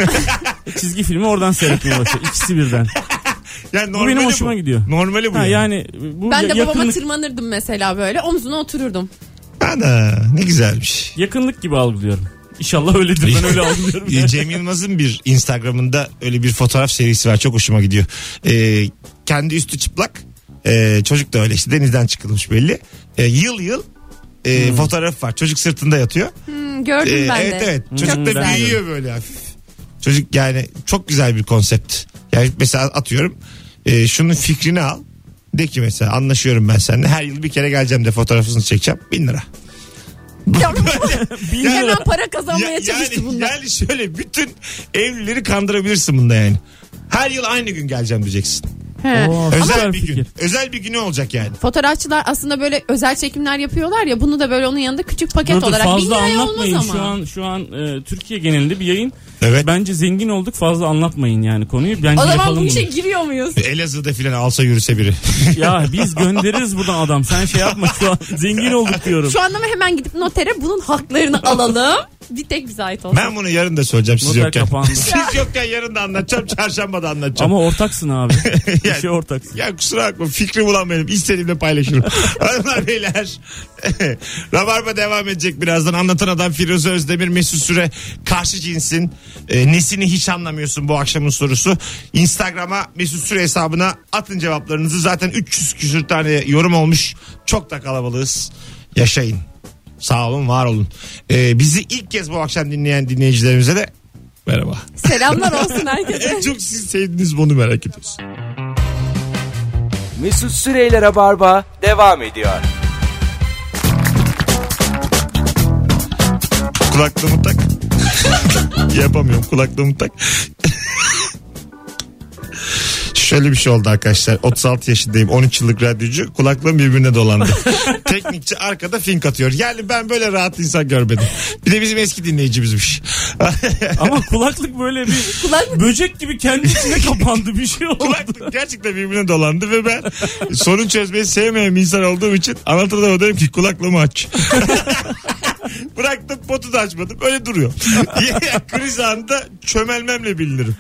Çizgi filmi oradan seyretmeye başlıyor. İkisi birden. Yani Bu benim hoşuma gidiyor. Normali bu Ha, yani. yani bu Ben de babama yakınlık, tırmanırdım mesela böyle. Omzuna otururdum. Ana ne güzelmiş. yakınlık gibi algılıyorum. İnşallah öyledir. Ben öyle algılıyorum. Ee, Cem Yılmaz'ın bir Instagram'ında öyle bir fotoğraf serisi var. Çok hoşuma gidiyor. Ee, kendi üstü çıplak. Ee, çocuk da öyle işte denizden çıkılmış belli. Ee, yıl yıl e, Hmm. fotoğraf var. Çocuk sırtında yatıyor. Hmm, gördüm Ee, ben evet de. evet. Hmm, Çocuk da ben de. büyüyor böyle hafif. Çocuk yani çok güzel bir konsept. Yani mesela atıyorum e, şunun fikrini al. De ki mesela anlaşıyorum ben seninle. Her yıl bir kere geleceğim de fotoğrafını çekeceğim. Bin lira. Bin lira. Hemen para kazanmaya Ya- çalıştı yani, bunlar. yani şöyle bütün evlileri kandırabilirsin bunda yani. Her yıl aynı gün geleceğim diyeceksin. He. Oo, Özel süper bir fikir. gün. Özel bir günü olacak yani. Fotoğrafçılar aslında böyle özel çekimler yapıyorlar ya, bunu da böyle onun yanında küçük paket Dur, dur, olarak bin fazla liraya anlatmayın. olmaz ama. Şu an şu an e, Türkiye genelinde bir yayın. Evet. Bence zengin olduk, fazla anlatmayın yani konuyu. Bence O zaman yapalım bu işe bunu. giriyor muyuz? Elazığ'da filan alsa yürüse biri. Ya biz göndeririz buradan adam. Sen şey yapma şu an. Zengin olduk diyorum. Şu anda mı hemen gidip notere bunun haklarını alalım. Bir tek bize ait olsun. Ben bunu yarın da söyleyeceğim siz Noter yokken. kapandı. Siz yokken yarın da anlatacağım. Çarşamba da anlatacağım. Ama ortaksın abi. Bir Yani- şey ortaksın. Ya kusura bakma fikri bulan benim. İstediğimde paylaşırım. Hanımlar beyler. Rabarba devam edecek birazdan. Anlatan adam Firuze Özdemir, Mesut Süre. Karşı cinsin e, nesini hiç anlamıyorsun bu akşamın sorusu. Instagram'a Mesut Süre hesabına atın cevaplarınızı. Zaten üç yüz küsür tane yorum olmuş. Çok da kalabalığız. Yaşayın. Sağ olun, var olun. E, bizi ilk kez bu akşam dinleyen dinleyicilerimize de merhaba. Selamlar olsun herkese. En çok siz sevdiniz bunu merak ediyoruz. Mesut Süreyler'e barba devam ediyor. Kulaklığımı tak. Yapamıyorum, kulaklığımı tak. Şöyle bir şey oldu arkadaşlar. otuz altı yaşındayım. on üç yıllık radyocu. Kulaklığım birbirine dolandı. Teknikçi arkada fink atıyor. Yani ben böyle rahat insan görmedim. Bir de bizim eski dinleyicimizmiş. Ama kulaklık böyle bir Kulaklık- böcek gibi kendi içine kapandı, bir şey oldu. Kulaklık gerçekten birbirine dolandı ve ben sorun çözmeyi sevmeyen bir insan olduğum için anlatıda dedim ki kulaklığımı aç. Bıraktım, potu da açmadım. Öyle duruyor. Kriz anında çömelmemle bilinirim.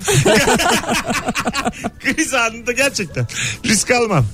Kriz anında gerçekten risk almam.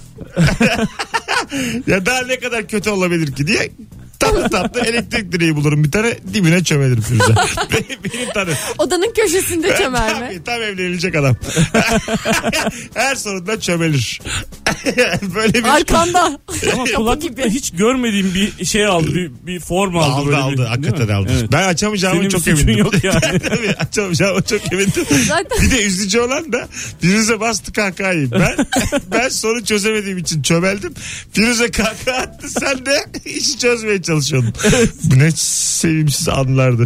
Ya daha ne kadar kötü olabilir ki diye tatlı tatlı elektrik direği bulurum bir tane, dibine çömelirim Firuze. Benim, benim tanım. Odanın köşesinde çömelme. Tabii, tam evlenilecek adam. Her sorundan çömelir. Böyle bir Arkanda. Ama Kapı kulaklıkla gibi. hiç görmediğim bir şey aldı. Bir, bir form aldı. aldı böyle aldı. bir, Hakikaten değil mi? aldı. Evet. Ben açamayacağımı Senin çok bir suçun emindim. yok yani. Tabii açamayacağımı çok emindim. Zaten Bir de üzücü olan da Firuze bastı kahkahayı. Ben ben soru çözemediğim için çömeldim. Firuze kahkaha attı. Sen de işi çözmeye çalışıyordun. Bu ne sevimsiz anlardı.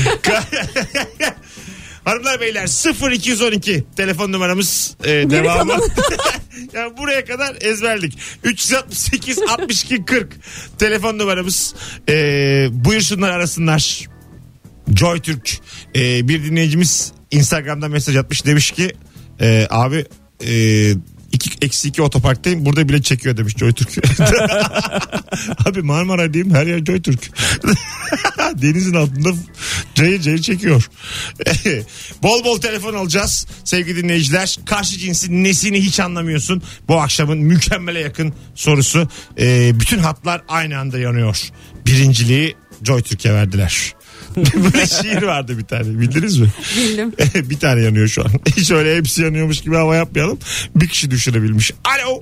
Hanımlar beyler sıfır iki on iki telefon numaramız e, devamı. Yani buraya kadar ezberlik. üç altı sekiz altmış iki kırk telefon numaramız. E, buyursunlar arasınlar. Joy Türk e, bir dinleyicimiz Instagram'da mesaj atmış, demiş ki e, abi e, iki, eksi iki otoparktayım, burada bile çekiyor demiş Joy Türk. Abi Marmara diyeyim, her yer Joy Türk. Denizin altında cayır cayır çekiyor. Bol bol telefon alacağız sevgili dinleyiciler. Karşı cinsin nesini hiç anlamıyorsun? Bu akşamın mükemmele yakın sorusu. E, bütün hatlar aynı anda yanıyor. Birinciliği Joy Türk'e verdiler. Böyle şiir vardı bir tane, bildiniz mi? bildim. Bir tane yanıyor şu an. Hiç öyle hepsi yanıyormuş gibi hava yapmayalım. Bir kişi düşürebilmiş. Alo.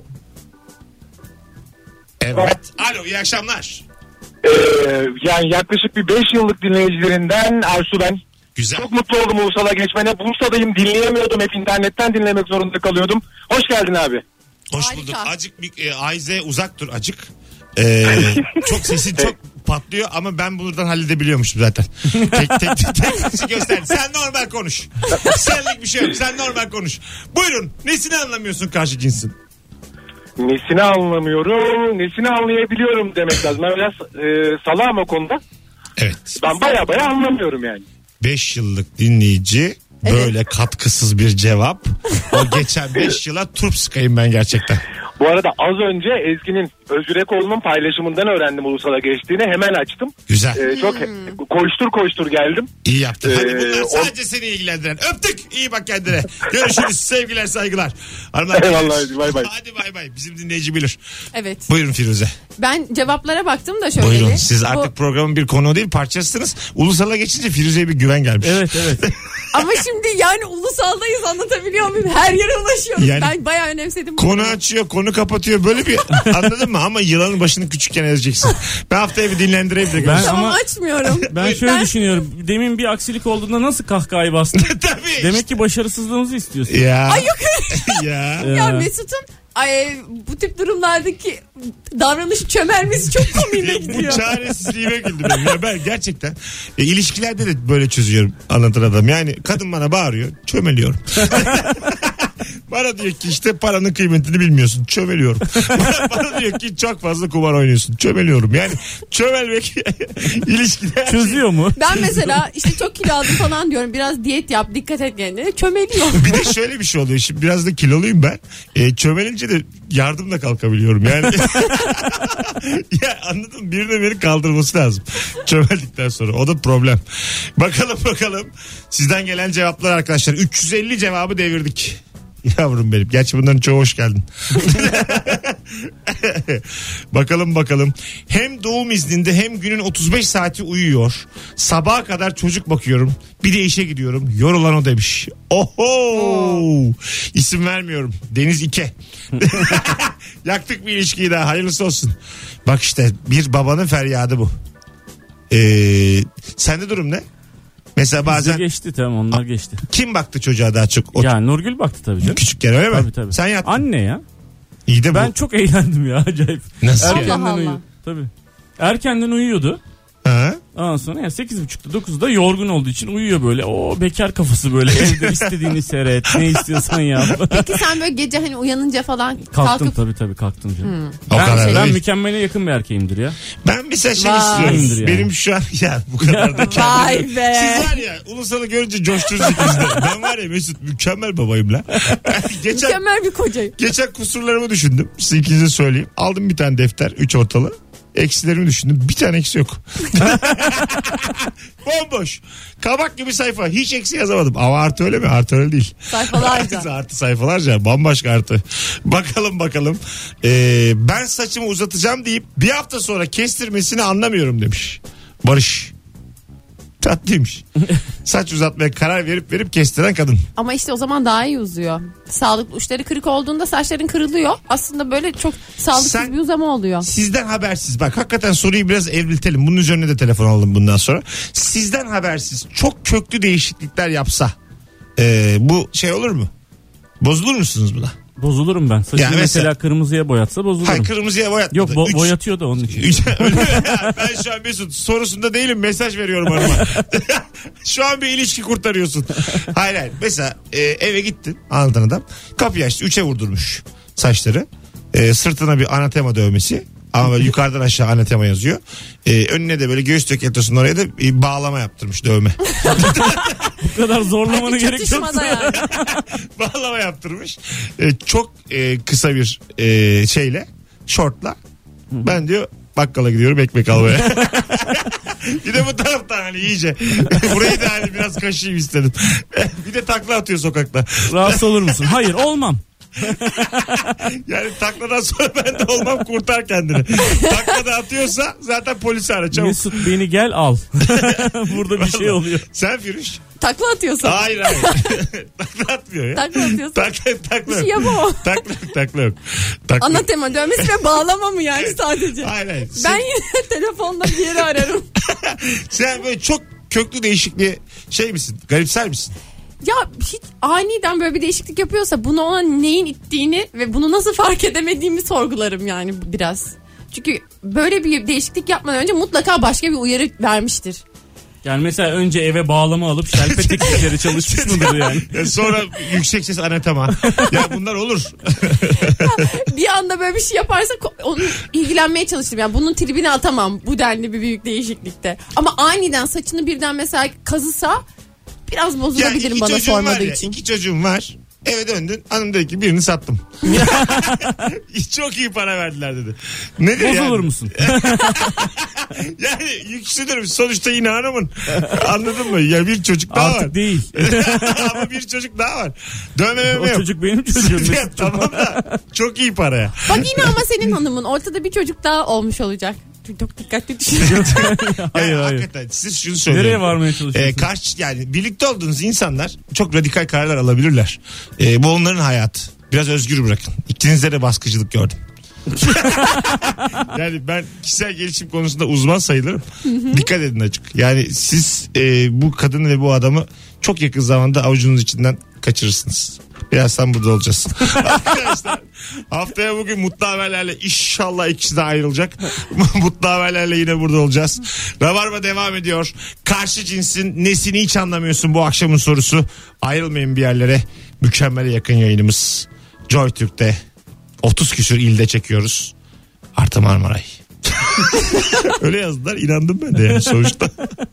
Evet. Alo, iyi akşamlar. Ee, yani yaklaşık bir beş yıllık dinleyicilerinden Ersu ben. Güzel. Çok mutlu oldum Ulusal'a geçmene. Bursa'dayım, dinleyemiyordum. Hep internetten dinlemek zorunda kalıyordum. Hoş geldin abi. Hoş Harika. bulduk. Acık bir e, Ayze uzak dur acık. Ee, çok sesin çok patlıyor ama ben buradan halledebiliyormuşum zaten. Tek tek tek, tek göster. Sen normal konuş. Senlik bir şey yok. Sen normal konuş. Buyurun. Nesini anlamıyorsun karşı cinsin? Nesini anlamıyorum, nesini anlayabiliyorum demek lazım. Ben biraz e, salağım o konuda. Evet. Ben baya baya anlamıyorum yani. beş yıllık dinleyici böyle katkısız bir cevap. O geçen beş yıla turp sıkayım ben gerçekten. Bu arada az önce Ezgi'nin Özgür Ekoğlu'nun paylaşımından öğrendim Ulusal'a geçtiğini. Hemen açtım. Güzel. Ee, çok koştur koştur geldim. İyi yaptın. Hadi Ee, bunlar o- sadece seni ilgilendiren. Öptük. İyi bak kendine. Görüşürüz. Sevgiler, saygılar. Hanımlar, Eyvallah, hadi bay bay. Hadi bay bay. Bizim dinleyici bilir. Evet. Buyurun Firuze. Ben cevaplara baktım da şöyle. Buyurun. bir. Siz artık Bu- programın bir konu değil, parçasısınız. Ulusal'a geçince Firuze'ye bir güven gelmiş. Evet evet. Ama şimdi yani ulusaldayız, anlatabiliyor muyum? Her yere ulaşıyoruz. Yani- ben bayağı önemsedim. Konu açıyor, konu kapatıyor. Böyle bir anladın mı? Ama yılanın başını küçükken ezeceksin. Ben haftaya bir dinlendireyim de Ben- görüşürüz. Tamam, Ama- açmıyorum. Ben şöyle düşünüyorum. Demin bir aksilik olduğunda nasıl kahkahayı bastın? Tabii. Demek ki başarısızlığımızı istiyorsun. Ya. Ay yok Ya. ya Ee, Mesut'un ay, bu tip durumlardaki davranışı çömelmesi çok komiğime Bu gidiyor. çaresizliğime güldüm ben. Ya ben gerçekten e, ilişkilerde de böyle çözüyorum, anlatan adam. Yani kadın bana bağırıyor, çömeliyorum. Bana diyor ki işte paranın kıymetini bilmiyorsun, çömeliyorum. Bana, bana diyor ki çok fazla kumar oynuyorsun, çömeliyorum. Yani çömelmek ilişkiler. Çözüyor mu? Ben mesela işte çok kilo aldım falan diyorum. Biraz diyet yap, dikkat et kendine. Çömeliyor. Bir de şöyle bir şey oluyor. Şimdi biraz da kiloluyum ben. E, çömelince de yardımla kalkabiliyorum. Yani ya anladın mı? Birine beni kaldırması lazım. Çömeldikten sonra. O da problem. Bakalım bakalım. Sizden gelen cevaplar arkadaşlar. üç yüz elli cevabı devirdik. Yavrum benim. Gerçi bunların çoğu hoş geldin. Bakalım bakalım. Hem doğum izninde hem günün otuz beş saati uyuyor. Sabaha kadar çocuk bakıyorum. Bir de işe gidiyorum. Yorulan o demiş. Oho. İsim vermiyorum. Deniz İke. Yaktık bir ilişkiyi daha. Hayırlısı olsun. Bak işte bir babanın feryadı bu. Ee, sende durum ne? Mesela Bazen... bazen geçti tamam, onlar geçti. kim baktı çocuğa daha çok? O Ya Nurgül baktı tabii canım. küçükken öyle mi? Tabii tabii. Sen yattın. Anne ya. İyi de bu. Ben çok eğlendim ya, acayip. Nasıl? Allah Erkenden Allah. uyuyordu. Tabii. Erkenden uyuyordu. Ha? Ondan sonra ya sekiz buçukta dokuzda yorgun olduğu için uyuyor böyle. O bekar kafası böyle, evde istediğini seyret, ne istiyorsan yap. Peki sen böyle gece hani uyanınca falan Kalktım kalkıp tabii tabii kalktım canım. O Ben, kadar ben değil. mükemmele yakın bir erkeğimdir ya. Ben mesela şey Vay. istiyorum. Yani. Benim şu an ya bu kadar da kendimi. Vay be. Siz var ya ulusalı görünce coştururuz ikiniz de. Ben var ya Mesut mükemmel babayım la. geçen, mükemmel bir kocayım. geçen kusurlarımı düşündüm. Size ikinize söyleyeyim. Aldım bir tane defter. Üç ortalı. Eksilerimi düşündüm. Bir tane eksi yok. Bomboş. Kabak gibi sayfa. Hiç eksi yazamadım. Ama artı öyle mi? Artı öyle değil. Sayfalarca. Artı sayfalarca. Bambaşka artı. Bakalım bakalım. Ee, ben saçımı uzatacağım deyip bir hafta sonra kestirmesini anlamıyorum demiş. Barış. Tatlıymış. Saç uzatmaya karar verip verip kestiren kadın. Ama işte o zaman daha iyi uzuyor. Sağlıklı uçları kırık olduğunda saçların kırılıyor. Aslında böyle çok sağlıksız Sen- bir uzama oluyor. Sizden habersiz, bak hakikaten soruyu biraz evriltelim. Bunun üzerine de telefon alalım bundan sonra. Sizden habersiz çok köklü değişiklikler yapsa e, bu şey olur mu? Bozulur musunuz buna? Bozulurum ben. Saçını Ya mesela- mesela kırmızıya boyatsa bozulurum. Hayır, kırmızıya boyatmadı. Yok bo- Üç- boyatıyor da onun için. Üç- Öyle mi? Ben şu an Mesut sorusunda değilim, mesaj veriyorum hanıma. Şu an bir ilişki kurtarıyorsun. Hayır hayır. Mesela e, eve gittin, anlatan adam. Kapıyı açtı, üçe vurdurmuş saçları. E, sırtına bir anatema dövmesi. Ama böyle yukarıdan aşağı anatema yazıyor. E, önüne de böyle göğüs tökeltosunun oraya da bir bağlama yaptırmış, dövme. Bu kadar zorlamanı Hadi gerek yok. çatışmada yani. Bağlama yaptırmış. E, çok e, kısa bir e, şeyle, şortla. Ben diyor bakkala gidiyorum ekmek almaya. Bir de bu taraftan hani iyice. Burayı da hani biraz kaşıyım istedim. Bir de takla atıyor sokakta. Rahatsız olur musun? Hayır olmam. Yani takladan sonra ben de olmam, kurtar kendini. Takla da atıyorsa zaten polisi ara çabuk. Mesut beni gel al. Burada bir şey oluyor. Sen Firuş. Takla atıyorsun. Hayır hayır. Takla atmıyor ya. Takla atıyorsun. Takla, takla Bir yok. şey yapamam. Takla yok. Takla yok. Takla. Anatema dövmesi ve bağlama mı yani sadece? Hayır hayır. Ben Sen, yine telefonla bir yere ararım. sen böyle çok köklü değişikliğe şey misin? Garipser misin? Ya hiç aniden böyle bir değişiklik yapıyorsa bunu ona neyin ittiğini ve bunu nasıl fark edemediğimi sorgularım yani biraz. Çünkü böyle bir değişiklik yapmadan önce mutlaka başka bir uyarı vermiştir. Yani mesela önce eve bağlama alıp şelpe teknikleri çalışmış mıdır yani? Ya sonra yüksek ses anatema. Ya bunlar olur. Bir anda böyle bir şey yaparsa ko- onu ilgilenmeye çalışırım. Yani bunun tribine atamam bu denli bir büyük değişiklikte. Ama aniden saçını birden mesela kazısa biraz Ya bozulabilirim iki bana çocuğum var sormadığı ya, için. iki çocuğum var. Eve döndün. Hanım dedi ki birini sattım. Çok iyi para verdiler dedi. Nedir Bozulur yani? musun? Yani yükselirim. Sonuçta yine hanımın. Anladın mı? Ya bir çocuk daha var. Artık değil. Ama bir çocuk daha var. Dövmeme O yok. çocuk benim çocuğum. Ya, tamam da çok iyi para ya. Bak yine ama senin hanımın ortada bir çocuk daha olmuş olacak. Çok dikkatli düşünüyorum. Hayır Yani hayır. hakikaten siz şunu söylüyorum. Nereye varmaya çalışıyorsun? Ee, karşı, yani birlikte olduğunuz insanlar çok radikal kararlar alabilirler. Ee, bu onların hayatı. Biraz özgür bırakın. İkinizde de baskıcılık gördüm. Yani ben kişisel gelişim konusunda uzman sayılırım. Dikkat edin açık. Yani siz e, bu kadını ve bu adamı çok yakın zamanda avucunuz içinden kaçırırsınız. Birazdan burada olacağız. Arkadaşlar haftaya bugün mutlu haberlerle inşallah ikisi de ayrılacak. Mutlu haberlerle yine burada olacağız. Rabarba devam ediyor. Karşı cinsin nesini hiç anlamıyorsun bu akşamın sorusu. Ayrılmayın bir yerlere. Mükemmele yakın yayınımız Joy Türk'te. otuz küsür ilde çekiyoruz. Artı Marmaray. Öyle yazdılar, inandım ben de yani sonuçta.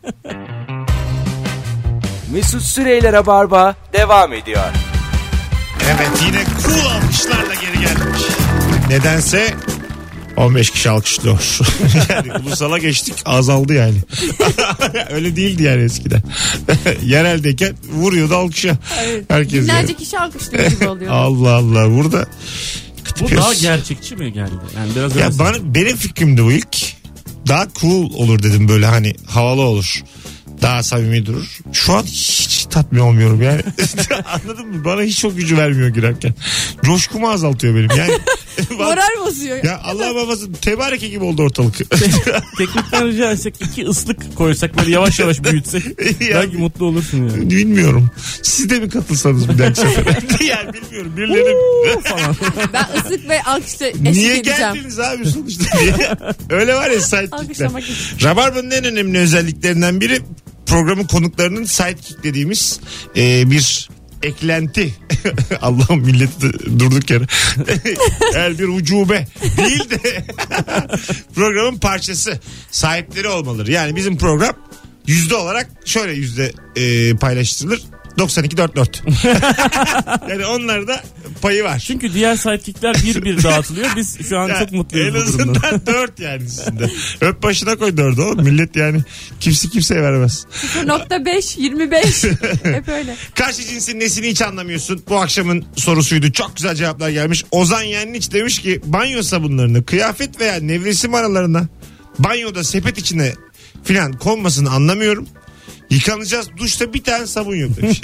Mesut Süreyler'e barba devam ediyor. Evet, yine cool alkışlarla geri geldik. Nedense on beş kişi alkışlıyor. Yani ulusala geçtik, azaldı yani. Öyle değildi yani eskiden. Yereldeyken vuruyordu alkışa. Evet. Herkes Binlerce yani. kişi alkışlıyor gibi oluyor. Allah Allah, burada Bu daha gerçekçi mi geldi? Yani biraz ya öyle- bana, benim fikrimdi bu ilk. Daha cool olur dedim, böyle hani havalı olur. Daha samimi durur. Şu an hiç tatmin olmuyorum yani. Anladın mı? Bana hiç o gücü vermiyor girerken. Coşkumu azaltıyor benim. Yani Moral bozuyor. ya Allah babası tebareke gibi oldu ortalık. Teknikten rica etsek iki ıslık koysak böyle yavaş yavaş büyütsek Ya, belki mutlu olursun yani. bilmiyorum. Siz de mi katılsanız bir dahaki sefere? Yani bilmiyorum. Birileri Falan. Ben ıslık ve alkışla eşlik niye edeceğim. geldiniz abi sonuçta diye. Öyle var ya sidekickler. Alkışlamak için. Rabarba'nın en önemli özelliklerinden biri programın konuklarının sidekick dediğimiz e, bir eklenti. Allah'ım milleti de durduk yere. Eğer bir ucube değil de programın parçası, sahipleri olmaları. Yani bizim program yüzde olarak şöyle yüzde e, paylaştırılır. doksan iki dört dört. Yani onlarda payı var. Çünkü diğer sidekickler bir bir dağıtılıyor. Biz şu an Ya, çok mutluyuz en bu durumdan. azından dört yani sizde. Öp başına koy dördü oğlum. Millet yani kimse kimseye vermez. sıfır nokta beş yirmi beş hep öyle. Karşı cinsin nesini hiç anlamıyorsun? Bu akşamın sorusuydu. Çok güzel cevaplar gelmiş. Ozan Yenliç demiş ki banyo sabunlarını kıyafet veya nevresim aralarına banyoda sepet içine filan konmasını anlamıyorum. Yıkanacağız duşta bir tane sabun yok demiş.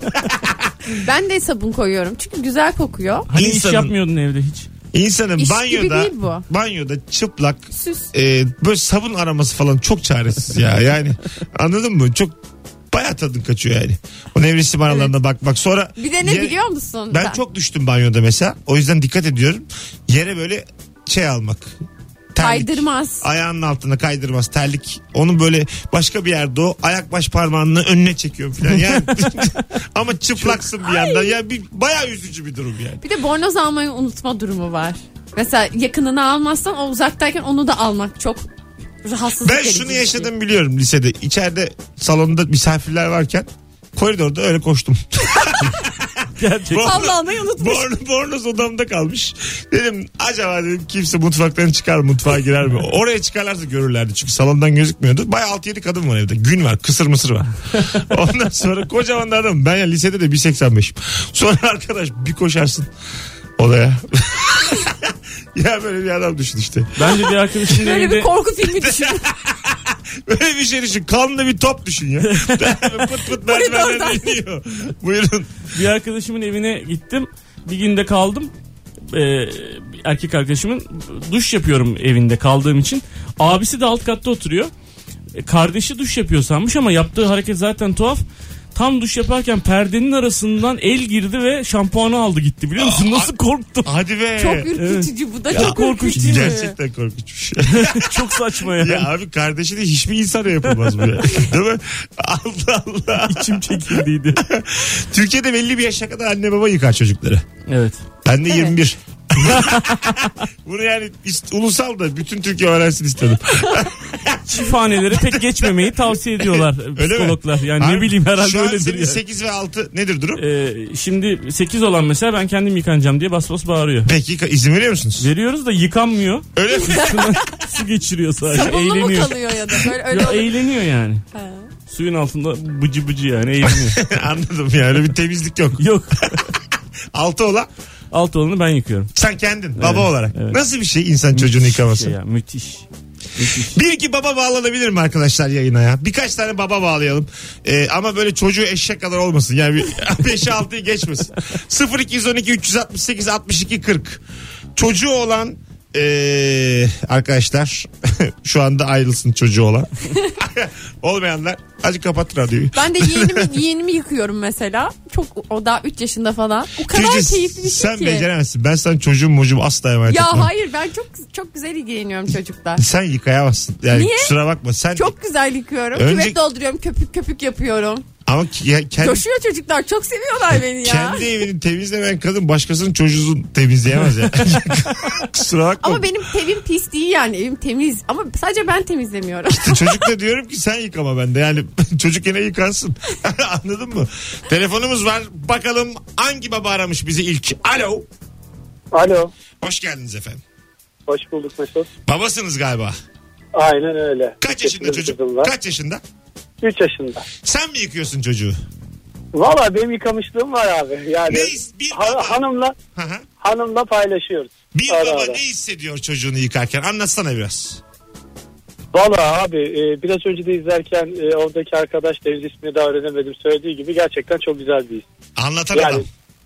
Ben de sabun koyuyorum çünkü güzel kokuyor. Hani İnsanın- iş yapmıyordun evde hiç. İnsanın İş gibi banyoda değil bu. banyoda çıplak Süs. e, böyle sabun araması falan çok çaresiz ya. Yani anladın mı? Çok bayağı tadın kaçıyor yani. O nevresim aralarına bakmak. Sonra Bir de ne yere- biliyor musun? Ben çok düştüm banyoda mesela. O yüzden dikkat ediyorum. Yere böyle şey almak. Terlik. Kaydırmaz. Ayağının altına kaydırmaz terlik. Onu böyle başka bir yerde o ayak baş parmağını önüne çekiyorum falan. Yani ama çıplaksın bir yandan. Yani bir bayağı üzücü bir durum yani. Bir de bornoz almayı unutma durumu var. Mesela yakınını almazsan o uzaktayken onu da almak çok rahatsızlık Ben verici şunu bir şey. yaşadım biliyorum lisede. İçeride salonda misafirler varken koridorda öyle koştum. Gerçekten. Allah almayı unutmuş. Bornoz, bornoz odamda kalmış. Dedim acaba dedim kimse mutfaktan çıkar mutfağa girer mi? Oraya çıkarlarsa görürlerdi. Çünkü salondan gözükmüyordu. Bayağı altı yedi kadın var evde. Gün var. Kısır mısır var. Ondan sonra kocaman da adam. Ben ya lisede de bir seksen beşim. Sonra arkadaş bir koşarsın odaya. Ya böyle bir adam düşün işte. Bence bir arkadaşımın Böyle evinde bir korku filmi düşün. Böyle bir şey düşün. Kanlı bir top düşün ya. Pıt pıt merdivenlerden iniyor. Buyurun. bir arkadaşımın evine gittim. Bir günde kaldım. Ee, erkek arkadaşımın duş yapıyorum evinde kaldığım için. Abisi de alt katta oturuyor. E, kardeşi duş yapıyor sanmış ama yaptığı hareket zaten tuhaf. Tam duş yaparken perdenin arasından el girdi ve şampuanı aldı gitti biliyor musun? Nasıl korktum. Hadi be. Çok ürkütücü bu da Ya, çok korkunç. ürkütücü. Gerçekten korkunçmuş. Çok saçma yani. Ya abi kardeşi de hiçbir insana yapamaz bu ya. Değil mi? Allah Allah. İçim çekildiydi. Türkiye'de belli bir yaşa kadar anne baba yıkar çocukları. Evet. Ben de Evet. yirmi bir. Bunu yani ist- ulusal da bütün Türkiye öğrensin istedim. Şifaneleri pek geçmemeyi tavsiye ediyorlar Öyle mi? psikologlar. Yani Abi, ne bileyim herhalde şu an öyledir senin yani. sekiz ve altı nedir durum? Ee, şimdi sekiz olan mesela ben kendim yıkanacağım diye bas bas bağırıyor. Peki izin veriyor musunuz? Veriyoruz da yıkanmıyor. Öyle mi? Üstüne su geçiriyor sadece. Sabunlu mu Eğleniyor. kalıyor ya da böyle öyle Ya olur. eğleniyor yani. Ha. Suyun altında bıcı bıcı yani eğleniyor. Anladım yani bir temizlik yok. Yok. Altı olan Alt olanı ben yıkıyorum. sen kendin baba Evet, olarak. evet. Nasıl bir şey insan çocuğunu yıkaması? Şey ya, müthiş. Müthiş. Bir iki baba bağlanabilir mi arkadaşlar yayına ya? Birkaç tane baba bağlayalım. Ee, ama böyle çocuğu eşek kadar olmasın. Yani beş altıyı geçmesin. sıfır iki on iki üç altı sekiz altmış iki kırk Çocuğu olan ee, arkadaşlar şu anda ayrılsın çocuğu olan. Olmayanlar hadi kapat radyoyu. Ben de yeğenimi, yeğenimi yıkıyorum mesela. Çok o da üç yaşında falan. O kadar Gülce, keyifli bir şey sen ki. beceremezsin. Ben sana çocuğum mocuğum asla emanet Ya etmem. hayır ben çok çok güzel ilgileniyorum çocuklar. Sen yıkayamazsın. Yani Niye? kusura bakma. Sen Çok güzel yıkıyorum. Önce- Küvet dolduruyorum, köpük köpük yapıyorum. ama ki- ya, kendi, Coşuyor çocuklar. Çok seviyorlar beni ya. kendi evini temizlemeyen kadın başkasının çocuğunu temizleyemez ya. Kusura bakma. Ama benim evim pis değil yani. Evim temiz. Ama sadece ben temizlemiyorum. Çocuk da diyorum ki sen yıkama bende. Yani çocuk yine yıkansın. Anladın mı? Telefonumuz var. Bakalım hangi baba aramış bizi ilk? Alo. Alo. Hoş geldiniz efendim. Hoş bulduk Mesut. Babasınız galiba. Aynen öyle. Kaç yaşında çocuk? Kaç yaşında? üç yaşında. Sen mi yıkıyorsun çocuğu? Valla benim yıkamışlığım var abi. Yani Ne is- bir ha- baba. hanımla Hı hı. hanımla paylaşıyoruz. Bir Ara baba ara. ne hissediyor çocuğunu yıkarken? Anlatsana biraz. Valla abi e, biraz önce de izlerken e, oradaki arkadaş Deniz ismini daha öğrenemedim söylediği gibi gerçekten çok güzel bir his. Anlatan Yani- adam.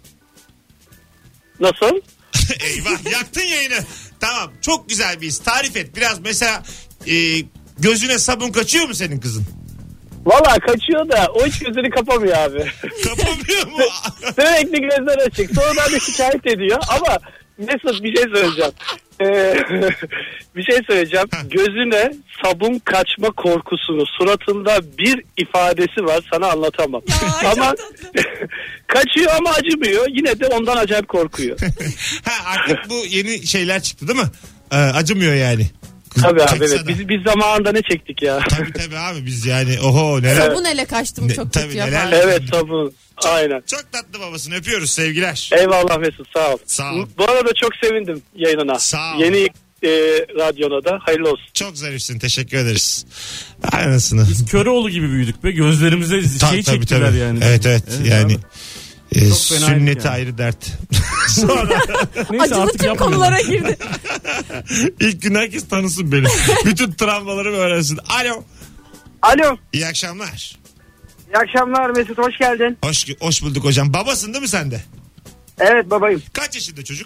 Nasıl? Eyvah yaktın yayını. Tamam çok güzel bir his. Tarif et. Biraz mesela e, gözüne sabun kaçıyor mu senin kızın? Valla kaçıyor da o hiç gözünü kapamıyor abi. Kapamıyor mu? Sürekli gözler açık. Sonradan da şikayet ediyor ama Mesut bir şey söyleyeceğim. Ee, bir şey söyleyeceğim. Gözüne sabun kaçma korkusunu suratında bir ifadesi var sana anlatamam. Ya, ama kaçıyor ama acımıyor. Yine de ondan acayip korkuyor. Ha, artık bu yeni şeyler çıktı değil mi? Ee, acımıyor yani. Tabii abi Kaçsa evet. da. Biz, biz zamanında ne çektik ya? Tabii tabii abi biz yani oho neler. Sabun ele kaçtım Ne- çok tabii, kötü neler- yapar. Evet sabun. Aynen. Çok tatlı babasını öpüyoruz sevgiler. Eyvallah Mesut sağ ol. Sağ ol. Bu arada çok sevindim yayınına. Sağ ol. Yeni e, radyona da hayırlı olsun. Çok zarifsin teşekkür ederiz. Aynısını. Biz Köroğlu gibi büyüdük be. Gözlerimize şey çektiler yani. Evet evet, yani. abi. E, Çok fenaydık sünneti yani. ayrı dert. Sonra Neyse Acılı artık tüm yapmayalım. konulara girdi. ilk gün herkes tanısın beni. Bütün travmalarımı öğrensin. Alo. Alo. İyi akşamlar. İyi akşamlar Mesut, hoş geldin. Hoş, hoş bulduk hocam. Babasın değil mi sen de? Evet, babayım. Kaç yaşında çocuk?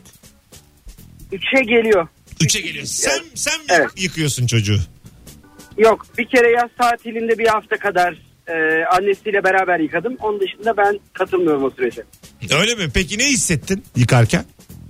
Üçe geliyor. Üçe geliyor. Sen, sen mi Evet. yıkıyorsun çocuğu? Yok, bir kere yaz tatilinde bir hafta kadar e, annesiyle beraber yıkadım. Onun dışında ben katılmıyorum o sürece. Öyle mi? Peki ne hissettin yıkarken?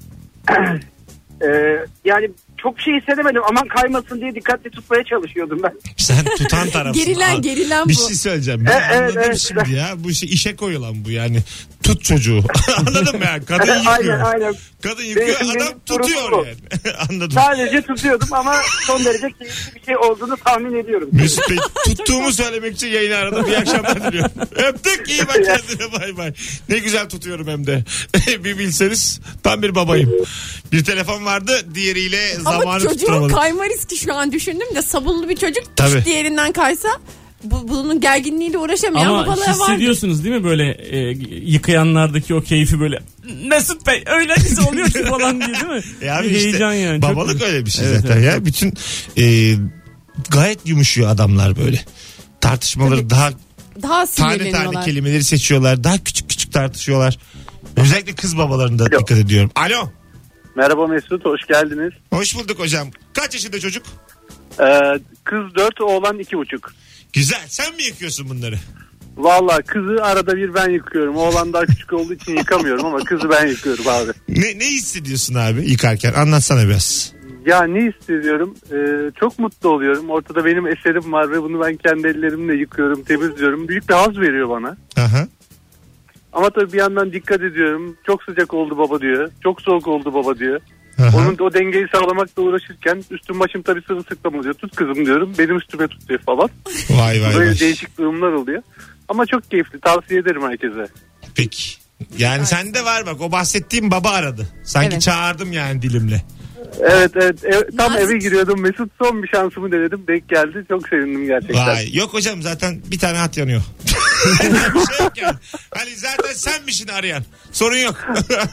E, yani çok şey hissedemedim. Aman kaymasın diye dikkatli tutmaya çalışıyordum ben. Sen tutan tarafsın. Gerilen Aa, gerilen bir bu. şey söyleyeceğim. Ben Evet, anladım evet, şimdi evet. ya. Bu şey işe koyulan bu yani. Tut çocuğu. Anladın mı yani? Kadın yıkıyor. Aynen aynen. Kadın yıkıyor, Benim- adam benim tutuyor sorunum bu. yani. Anladım. Sadece tutuyordum ama son derece keyifli bir şey olduğunu tahmin ediyorum. Mesut Bey, tuttuğumu söylemek için yayını aradım. İyi akşamlar diliyorum. Öptük, iyi bak kendine, bay bay. Ne güzel tutuyorum hem de. Bir bilseniz tam bir babayım. Bir telefon vardı, diğeriyle Ama zamanı çocuğun tutturamadım. kayma riski şu an düşündüm de sabunlu bir çocuk Tabii. diğerinden kaysa bu, bunun gerginliğiyle uğraşamıyor. Ama Ama balığa var. hissediyorsunuz değil mi böyle e, yıkayanlardaki o keyfi böyle Mesut Bey öyle güzel oluyor ki falan diye değil mi? Ya abi bir işte, heyecan yani. Çok babalık güzel. öyle bir şey Evet, zaten evet. ya. Bütün e, gayet yumuşuyor adamlar böyle. Tartışmaları Tabii. daha Daha tane sinirleniyorlar. tane kelimeleri seçiyorlar. Daha küçük küçük tartışıyorlar. Özellikle kız babalarında Alo. dikkat ediyorum. Alo. Merhaba Mesut, hoş geldiniz. Hoş bulduk hocam. Kaç yaşında çocuk? Ee, kız dört, oğlan iki buçuk. Güzel. Sen mi yıkıyorsun bunları? Valla kızı arada bir ben yıkıyorum. Oğlan daha küçük olduğu için yıkamıyorum ama kızı ben yıkıyorum abi. Ne, ne hissediyorsun abi yıkarken? Anlatsana biraz. Ya ne hissediyorum? Ee, çok mutlu oluyorum. Ortada benim eserim var ve bunu ben kendi ellerimle yıkıyorum, temizliyorum. Büyük bir haz veriyor bana. Aha. Ama tabii bir yandan dikkat ediyorum. Çok sıcak oldu baba diyor. Çok soğuk oldu baba diyor. Aha. Onun o dengeyi sağlamakla uğraşırken üstüm başım tabii sırılsıklam oluyor. Tut kızım diyorum. Benim üstüme tutuyor falan. Vay vay Böyle vay. değişik durumlar oluyor. Ama çok keyifli. Tavsiye ederim herkese. Peki. Yani sende var bak, o bahsettiğim baba aradı. Sanki Evet. çağırdım yani dilimle. Evet evet. Ev- tam Nazik. eve giriyordum. Mesut son bir şansımı denedim. Denk geldi. Çok sevindim gerçekten. Vay. Yok hocam, zaten bir tane hat yanıyor. Bir şey yok yani. Hani zaten senmişsin arayan. Sorun yok.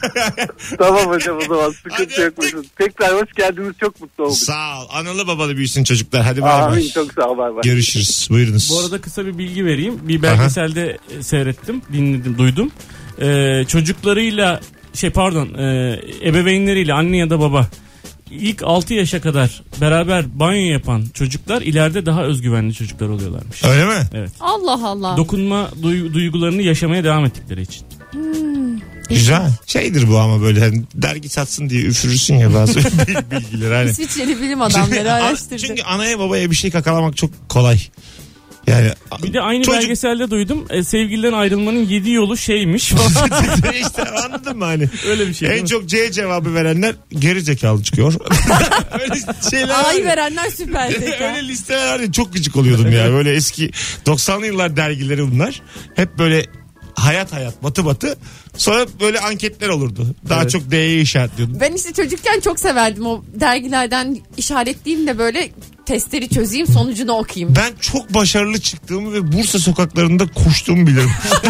Tamam hocam, o zaman Hadi sıkıntı yok öptük. Mesut. Tekrar hoş geldiniz. Çok mutlu olduk. Sağ ol. Analı babalı büyüsün çocuklar. Hadi bay Amin. bay. Çok sağ ol. Bay bay. Görüşürüz. Buyurunuz. Bu arada kısa bir bilgi vereyim. Bir belgeselde e, seyrettim, dinledim, duydum. Ee, çocuklarıyla şey pardon e, ebeveynleriyle anne ya da baba ilk altı yaşa kadar beraber banyo yapan çocuklar ileride daha özgüvenli çocuklar oluyorlarmış. Öyle mi? Evet. Allah Allah. Dokunma duy- duygularını yaşamaya devam ettikleri için. Güzel. Şeydir bu ama böyle hani dergi satsın diye üfürürsün ya bazı bilgiler hani. İsviçreli bilim adamları araştırdı. Çünkü anaya babaya bir şey kakalamak çok kolay. Yani Bir de aynı çocuk- belgeselde duydum. E, sevgiliden ayrılmanın yedi yolu şeymiş falan. işte anladın mı hani? Öyle bir şey. değil En mi? çok C cevabı verenler geri zekalı çıkıyor. Öyle şeyler var A'yı ya. verenler süper zeka. Öyle listeler var ya, çok gıcık oluyordum ya. Böyle eski doksanlı yıllar dergileri bunlar. Hep böyle hayat hayat batı batı. Sonra böyle anketler olurdu. Daha Evet. çok D'ye işaretliyordum. Ben işte çocukken çok severdim o dergilerden işaretleyeyim de böyle testleri çözeyim sonucunu okuyayım. Ben çok başarılı çıktığımı ve Bursa sokaklarında koştuğumu bilirim.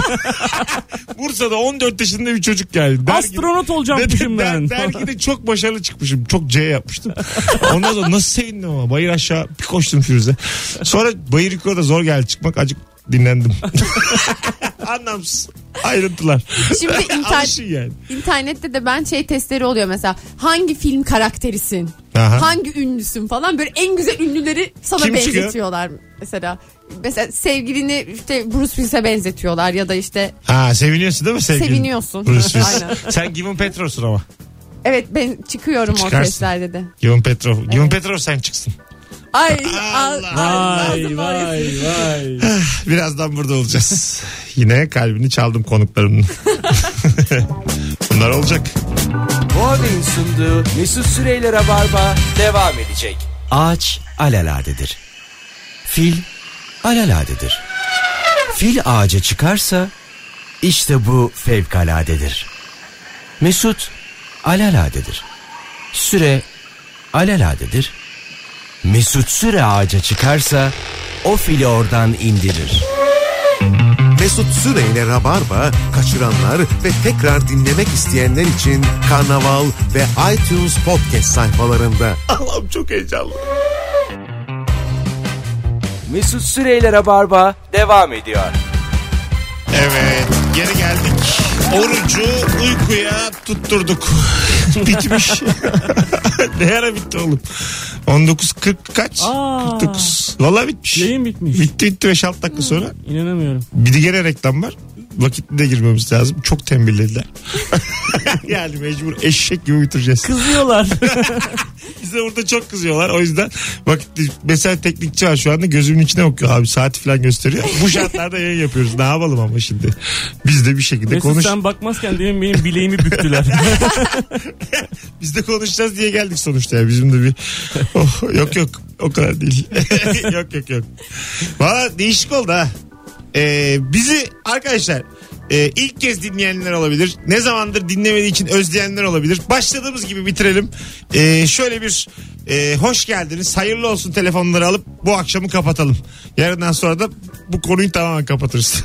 Bursa'da on dört yaşında bir çocuk geldi. Dergi- Astronot olacakmışım ben. Dergide çok başarılı çıkmışım. Çok C yapmıştım. Ondan sonra nasıl sevindim ama. Bayır aşağı bir koştum Firuze. Sonra bayır yukarıda zor geldi çıkmak. Acık dinlendim. Anlamsız. Ayrıntılar. Şimdi internet, Alışın yani. internette de ben şey testleri oluyor mesela. Hangi film karakterisin? Aha. Hangi ünlüsün falan. Böyle en güzel ünlüleri sana Kim çıkıyor? benzetiyorlar mesela. Mesela sevgilini işte Bruce Willis'e benzetiyorlar ya da işte Ha, seviniyorsun değil mi sevgilin? Seviniyorsun. Bruce Willis. Aynen. Sen Given Petros'un ama. evet ben çıkıyorum o Çıkarsın. testlerde de. Given Petrov. Given Petrov sen çıksın. Ay, Allah. al- Vay ağzım var ya. vay vay. Birazdan burada olacağız. Yine kalbini çaldım konuklarımın. Bunlar olacak. Huawei'in sunduğu Mesut Süreyler'e barba devam edecek. Ağaç alaladedir. Fil alaladedir. Fil ağaca çıkarsa işte bu fevkaladedir. Mesut alaladedir. Süre alaladedir. Mesut Süre ağaca çıkarsa o fili oradan indirir. Mesut Süreyle Rabarba kaçıranlar ve tekrar dinlemek isteyenler için Karnaval ve iTunes Podcast sayfalarında. Allah'ım çok heyecanlı. Mesut Süreyler'e barba devam ediyor. Evet, geri geldik. Orucu uykuya tutturduk. Bitmiş. Ne ara bitti oğlum? on dokuz kırk kaç? Aa, kırk dokuz. Valla bitmiş. Yayın bitmiş. Bitti bitti beş altı dakika sonra. İnanamıyorum. Bir de gene reklam var. Vakitli de girmemiz lazım. Çok tembihlediler. Yani mecbur eşek gibi bitireceğiz. Kızıyorlar. Bize burada çok kızıyorlar. O yüzden vakitli. Mesela teknikçi var şu anda gözümün içine bakıyor abi. Saati falan gösteriyor. Bu şartlarda yayın yapıyoruz. Ne yapalım ama şimdi. Biz de bir şekilde Mesut konuş. sen bakmazken demin benim bileğimi büktüler. Biz de konuşacağız diye geldik sonuçta ya. Bizim de bir oh, yok yok o kadar değil. yok yok yok. Valla değişik oldu ha. Ee, bizi arkadaşlar e, ilk kez dinleyenler olabilir. Ne zamandır dinlemediği için özleyenler olabilir. Başladığımız gibi bitirelim. Ee, şöyle bir e, hoş geldiniz. Hayırlı olsun telefonları alıp bu akşamı kapatalım. Yarından sonra da bu konuyu tamamen kapatırız.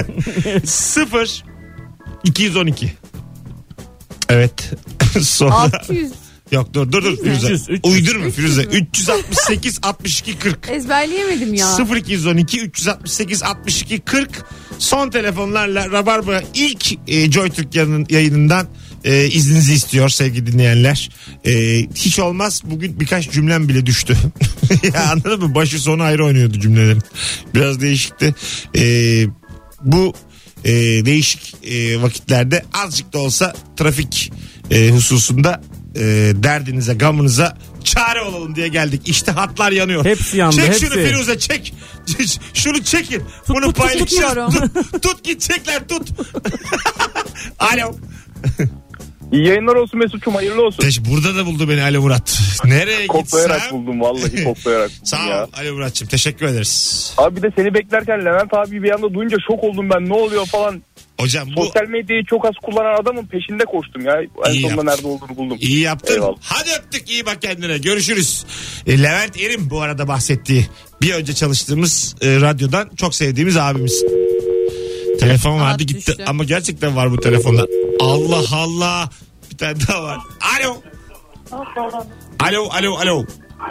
sıfır iki yüz on iki Evet. Sonra... altı yüz Yok dur dur dur Firuze. üç yüz, üç yüz. Uydurma Firuze. üç yüz altmış sekiz altmış iki kırk Ezberleyemedim ya. sıfır iki yüz on iki üç yüz altmış sekiz altmış iki kırk son telefonlarla Rabarba ilk e, JoyTürk yayınından e, izninizi istiyor sevgili dinleyenler. E, hiç olmaz bugün birkaç cümlem bile düştü. Ya anladın mı? Başı sonu ayrı oynuyordu cümlelerin. Biraz değişikti. E, bu e, değişik e, vakitlerde azıcık da olsa trafik e, hususunda e, derdinize gamınıza çare olalım diye geldik. İşte hatlar yanıyor. Hepsi yandı. Çek hepsi. şunu Firuze çek. Şunu çekin. Tut, Bunu tut, tut, paylaşacağız. tutuyorum. Tut, tut gidecekler tut. Alo. İyi yayınlar olsun Mesut'cum, hayırlı olsun. Teş, burada da buldu beni Ali Murat. Nereye Koklayarak gitsem. buldum vallahi, koklayarak buldum Sağ ol ya. Ali Murat'cığım, teşekkür ederiz. Abi bir de seni beklerken Levent abi bir anda duyunca şok oldum ben, ne oluyor falan. Hocam bu Sosyal medyayı çok az kullanan adamın peşinde koştum ya. En İyi sonunda yaptın. nerede olduğunu buldum. iyi yaptın. Eyvallah. Hadi öptük, iyi bak kendine. Görüşürüz. E, Levent Erim bu arada bahsettiği bir önce çalıştığımız e, radyodan çok sevdiğimiz abimiz. Telefon vardı Saat gitti düştü. ama gerçekten var bu telefonda. Allah Allah. Bir tane daha var. Alo. Alo alo alo.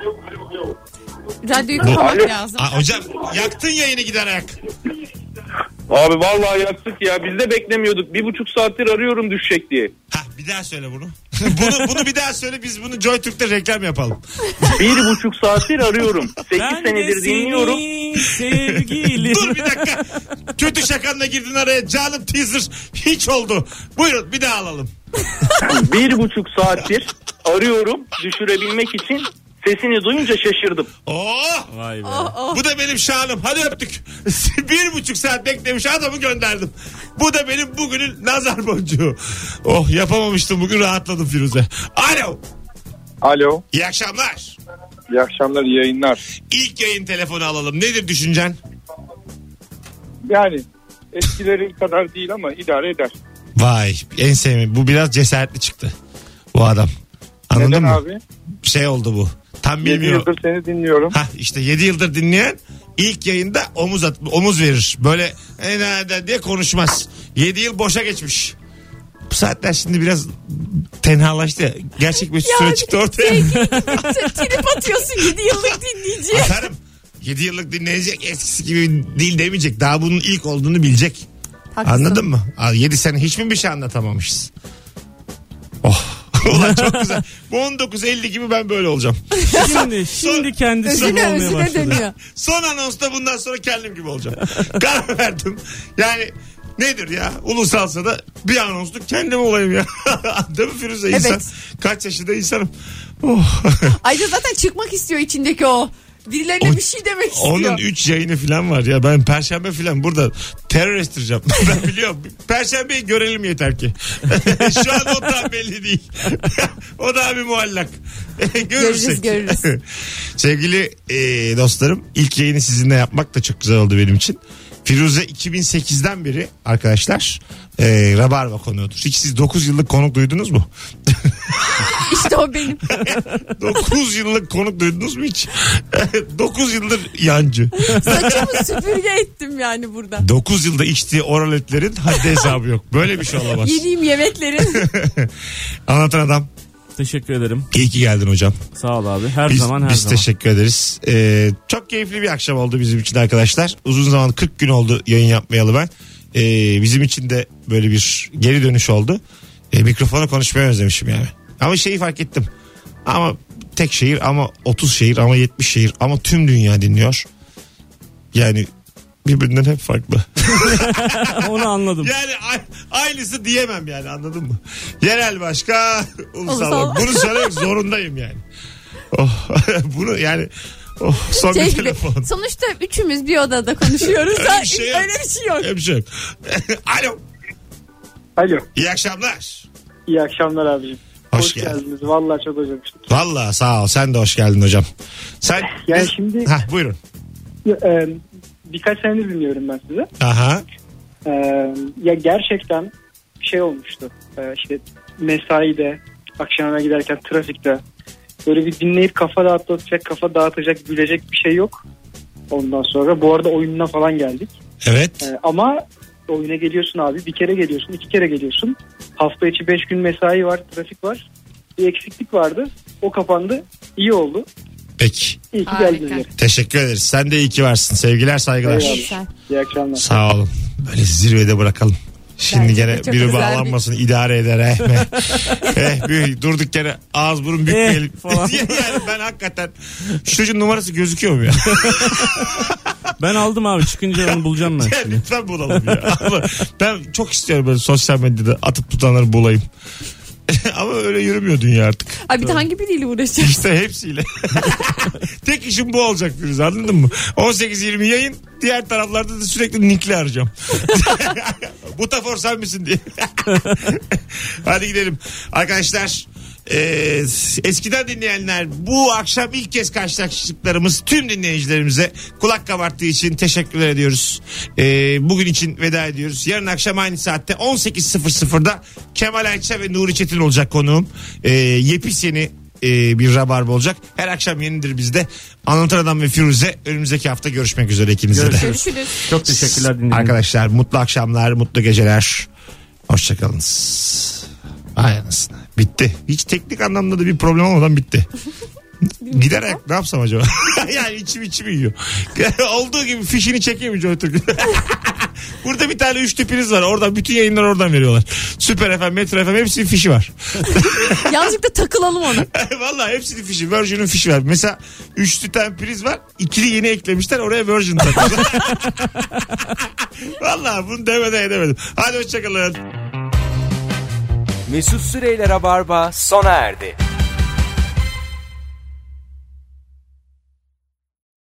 Radyoyu kapamak Alo. lazım. Aa, hocam yaktın yayını gider ayak. Abi vallahi yaktık ya, biz de beklemiyorduk. Bir buçuk saattir arıyorum düşecek diye. Ha bir daha söyle bunu. bunu bunu bir daha söyle, biz bunu JoyTürk'te reklam yapalım. Bir buçuk saattir arıyorum. Sekiz Ben de senedir dinliyorum. seni sevgilim. Dur bir dakika. Kötü şakanla girdin araya. Canım teaser hiç oldu. Buyurun bir daha alalım. Bir buçuk saattir arıyorum düşürebilmek için. Sesini duyunca şaşırdım. Oh! Vay be. Oh, oh. Bu da benim şanım. Hadi öptük. Bir buçuk saat beklemiş adamı gönderdim. Bu da benim bugünün nazar boncuğu. Oh, yapamamıştım bugün, rahatladım Firuze. Alo. Alo. İyi akşamlar. İyi akşamlar, iyi yayınlar. İlk yayın telefonu alalım. Nedir düşüncen? Yani eskileri kadar değil ama idare eder. Vay, en sevdiğim. Bu biraz cesaretli çıktı. Bu adam. Anladın Neden mı? abi? Şey oldu bu. Tam yedi bilmiyor. yıldır seni dinliyorum. Ha işte yedi yıldır dinleyen ilk yayında omuz at, omuz verir. Böyle e, nerede diye konuşmaz. yedi yıl boşa geçmiş. Bu saatler şimdi biraz tenhalaştı ya. Gerçek bir süre çıktı ortaya. Sevgili gibi trip atıyorsun yedi yıllık dinleyici. Atarım. yedi yıllık dinleyecek, eskisi gibi değil demeyecek. Daha bunun ilk olduğunu bilecek. Haklısın. Anladın mı? yedi sene hiç mi bir şey anlatamamışız? Oh. Ulan çok güzel. Bu on dokuz elli gibi ben böyle olacağım. Şimdi, şimdi kendisi gibi Özüne olmaya özüne başladı. dönüyor. Son anonsta bundan sonra kendim gibi olacağım. Karar verdim. Yani nedir ya? Ulusalsa da bir anonsluk kendim olayım ya. Değil mi Firuze? İnsan, Evet. kaç yaşında insanım. Oh. Ayrıca zaten çıkmak istiyor içindeki o. Birilerine O- bir şey demek istiyor. Onun üç yayını falan var ya, ben perşembe falan burada terör estireceğim. Ben biliyorum. Perşembeyi görelim yeter ki. Şu an o tam belli değil. O da bir muallak. Görürsek. Görürüz, görürüz. Sevgili e, dostlarım, ilk yayını sizinle yapmak da çok güzel oldu benim için. Firuze iki bin sekizden beri arkadaşlar e, Rabarba konuğudur. Hiç siz dokuz yıllık konuk duydunuz mu? İşte o benim. dokuz yıllık konuk duydunuz mu hiç? dokuz yıldır yancı. Saçımı süpürge ettim yani burada. dokuz yılda içtiği oral etlerin haddi hesabı yok. Böyle bir şey olamaz. Yediğim yemeklerin. Anlatan adam. Teşekkür ederim. İyi ki geldin hocam. Sağ ol abi. Her Biz, zaman her biz zaman. teşekkür ederiz. Ee, çok keyifli bir akşam oldu bizim için arkadaşlar. Uzun zaman kırk gün oldu yayın yapmayalı ben. e, bizim için de böyle bir geri dönüş oldu. E, mikrofona konuşmayı özlemişim yani. Ama şeyi fark ettim. Ama tek şehir, ama otuz şehir, ama yetmiş şehir, ama tüm dünya dinliyor. Yani birbirinden hep farklı. Onu anladım. Yani a- aynısı diyemem yani, anladın mı? Yerel başka, ulusal. Ulusal. Bunu söylemek zorundayım yani. Oh, bunu yani oh, son Şey bir gibi, telefon. sonuçta üçümüz bir odada konuşuyoruz. Öyle bir şey yok. Öyle bir şey yok. Öyle bir şey yok. Alo. Alo. İyi akşamlar. İyi akşamlar abicim. Hoş, Hoş geldin. geldiniz. Vallahi çok özlemiştik. Valla sağ ol. Sen de hoş geldin hocam. Sen Yani biz- şimdi Hah, buyurun. e, birkaç senedir dinliyorum ben sizi. Aha. E, ya gerçekten şey olmuştu. E, işte mesaide, akşam eve giderken trafikte böyle bir dinleyip kafa dağıtacak, kafa dağıtacak, gülecek bir şey yok. Ondan sonra bu arada oyununa falan geldik. Evet. E, ama oyuna geliyorsun abi. Bir kere geliyorsun, iki kere geliyorsun. Hafta içi beş gün mesai var, trafik var. Bir eksiklik vardı. O kapandı. İyi oldu. Peki. İyi ki Harika. geldiniz. Teşekkür ederiz. Sen de iyi ki varsın. Sevgiler, saygılar. Eyvallah. Güzel. İyi akşamlar. Sağ olun. Böyle zirvede bırakalım. Şimdi Bence de gene çok biri güzel bir- bağlanmasın, idare eder. Eh, meh. eh, bir, durduk yere ağız burun bükmeyelim. Eh, falan. yani ben hakikaten şu çocuğun numarası gözüküyor mu ya? Ben aldım abi, çıkınca onu bulacağım ben. Ya şimdi. lütfen bulalım ya. Ama ben çok istiyorum böyle sosyal medyada atıp tutanları bulayım. Ama öyle yürümüyor dünya artık. Ay bir de hangi biriyle uğraşacağız? İşte hepsiyle. Tek işim bu olacak Firuze, anladın mı? on sekiz yirmi yayın, diğer taraflarda da sürekli nickli arayacağım. Butafor sen misin diye. Hadi gidelim. Arkadaşlar, e, eskiden dinleyenler, bu akşam ilk kez karşılaştıklarımız tüm dinleyicilerimize kulak kabarttığı için teşekkürler ediyoruz. E, bugün için veda ediyoruz. Yarın akşam aynı saatte on sekiz sıfır sıfırda Kemal Ayça ve Nuri Çetin olacak konuğum. E, yepis yeni e, bir rabarba olacak. Her akşam yenidir bizde. Anlatan Adam ve Firuze, önümüzdeki hafta görüşmek üzere ikinize de. Görüşürüz. Görüşürüz. Çok teşekkürler dinlediğiniz için. Arkadaşlar, mutlu akşamlar, mutlu geceler. Hoşçakalınız. Ay anasını. Bitti. Hiç teknik anlamda da bir problem olmadan bitti. Giderek ne yapsam acaba? Yani içim içim yiyor. Olduğu gibi fişini çekeyim mi Joy Türk? Burada bir tane üçlü priz var. Oradan bütün yayınlar oradan veriyorlar. Süper F M, Metro F M hepsinin fişi var. Yanlışlıkla takılalım ona. Vallahi hepsinin fişi. Virgin'in fişi var. Mesela üçlü tane priz var. İkili yeni eklemişler. Oraya Virgin takıyorlar. Vallahi bunu demeden edemedim. Hadi hoşçakalın. Mesut Süreyler'e barba sona erdi.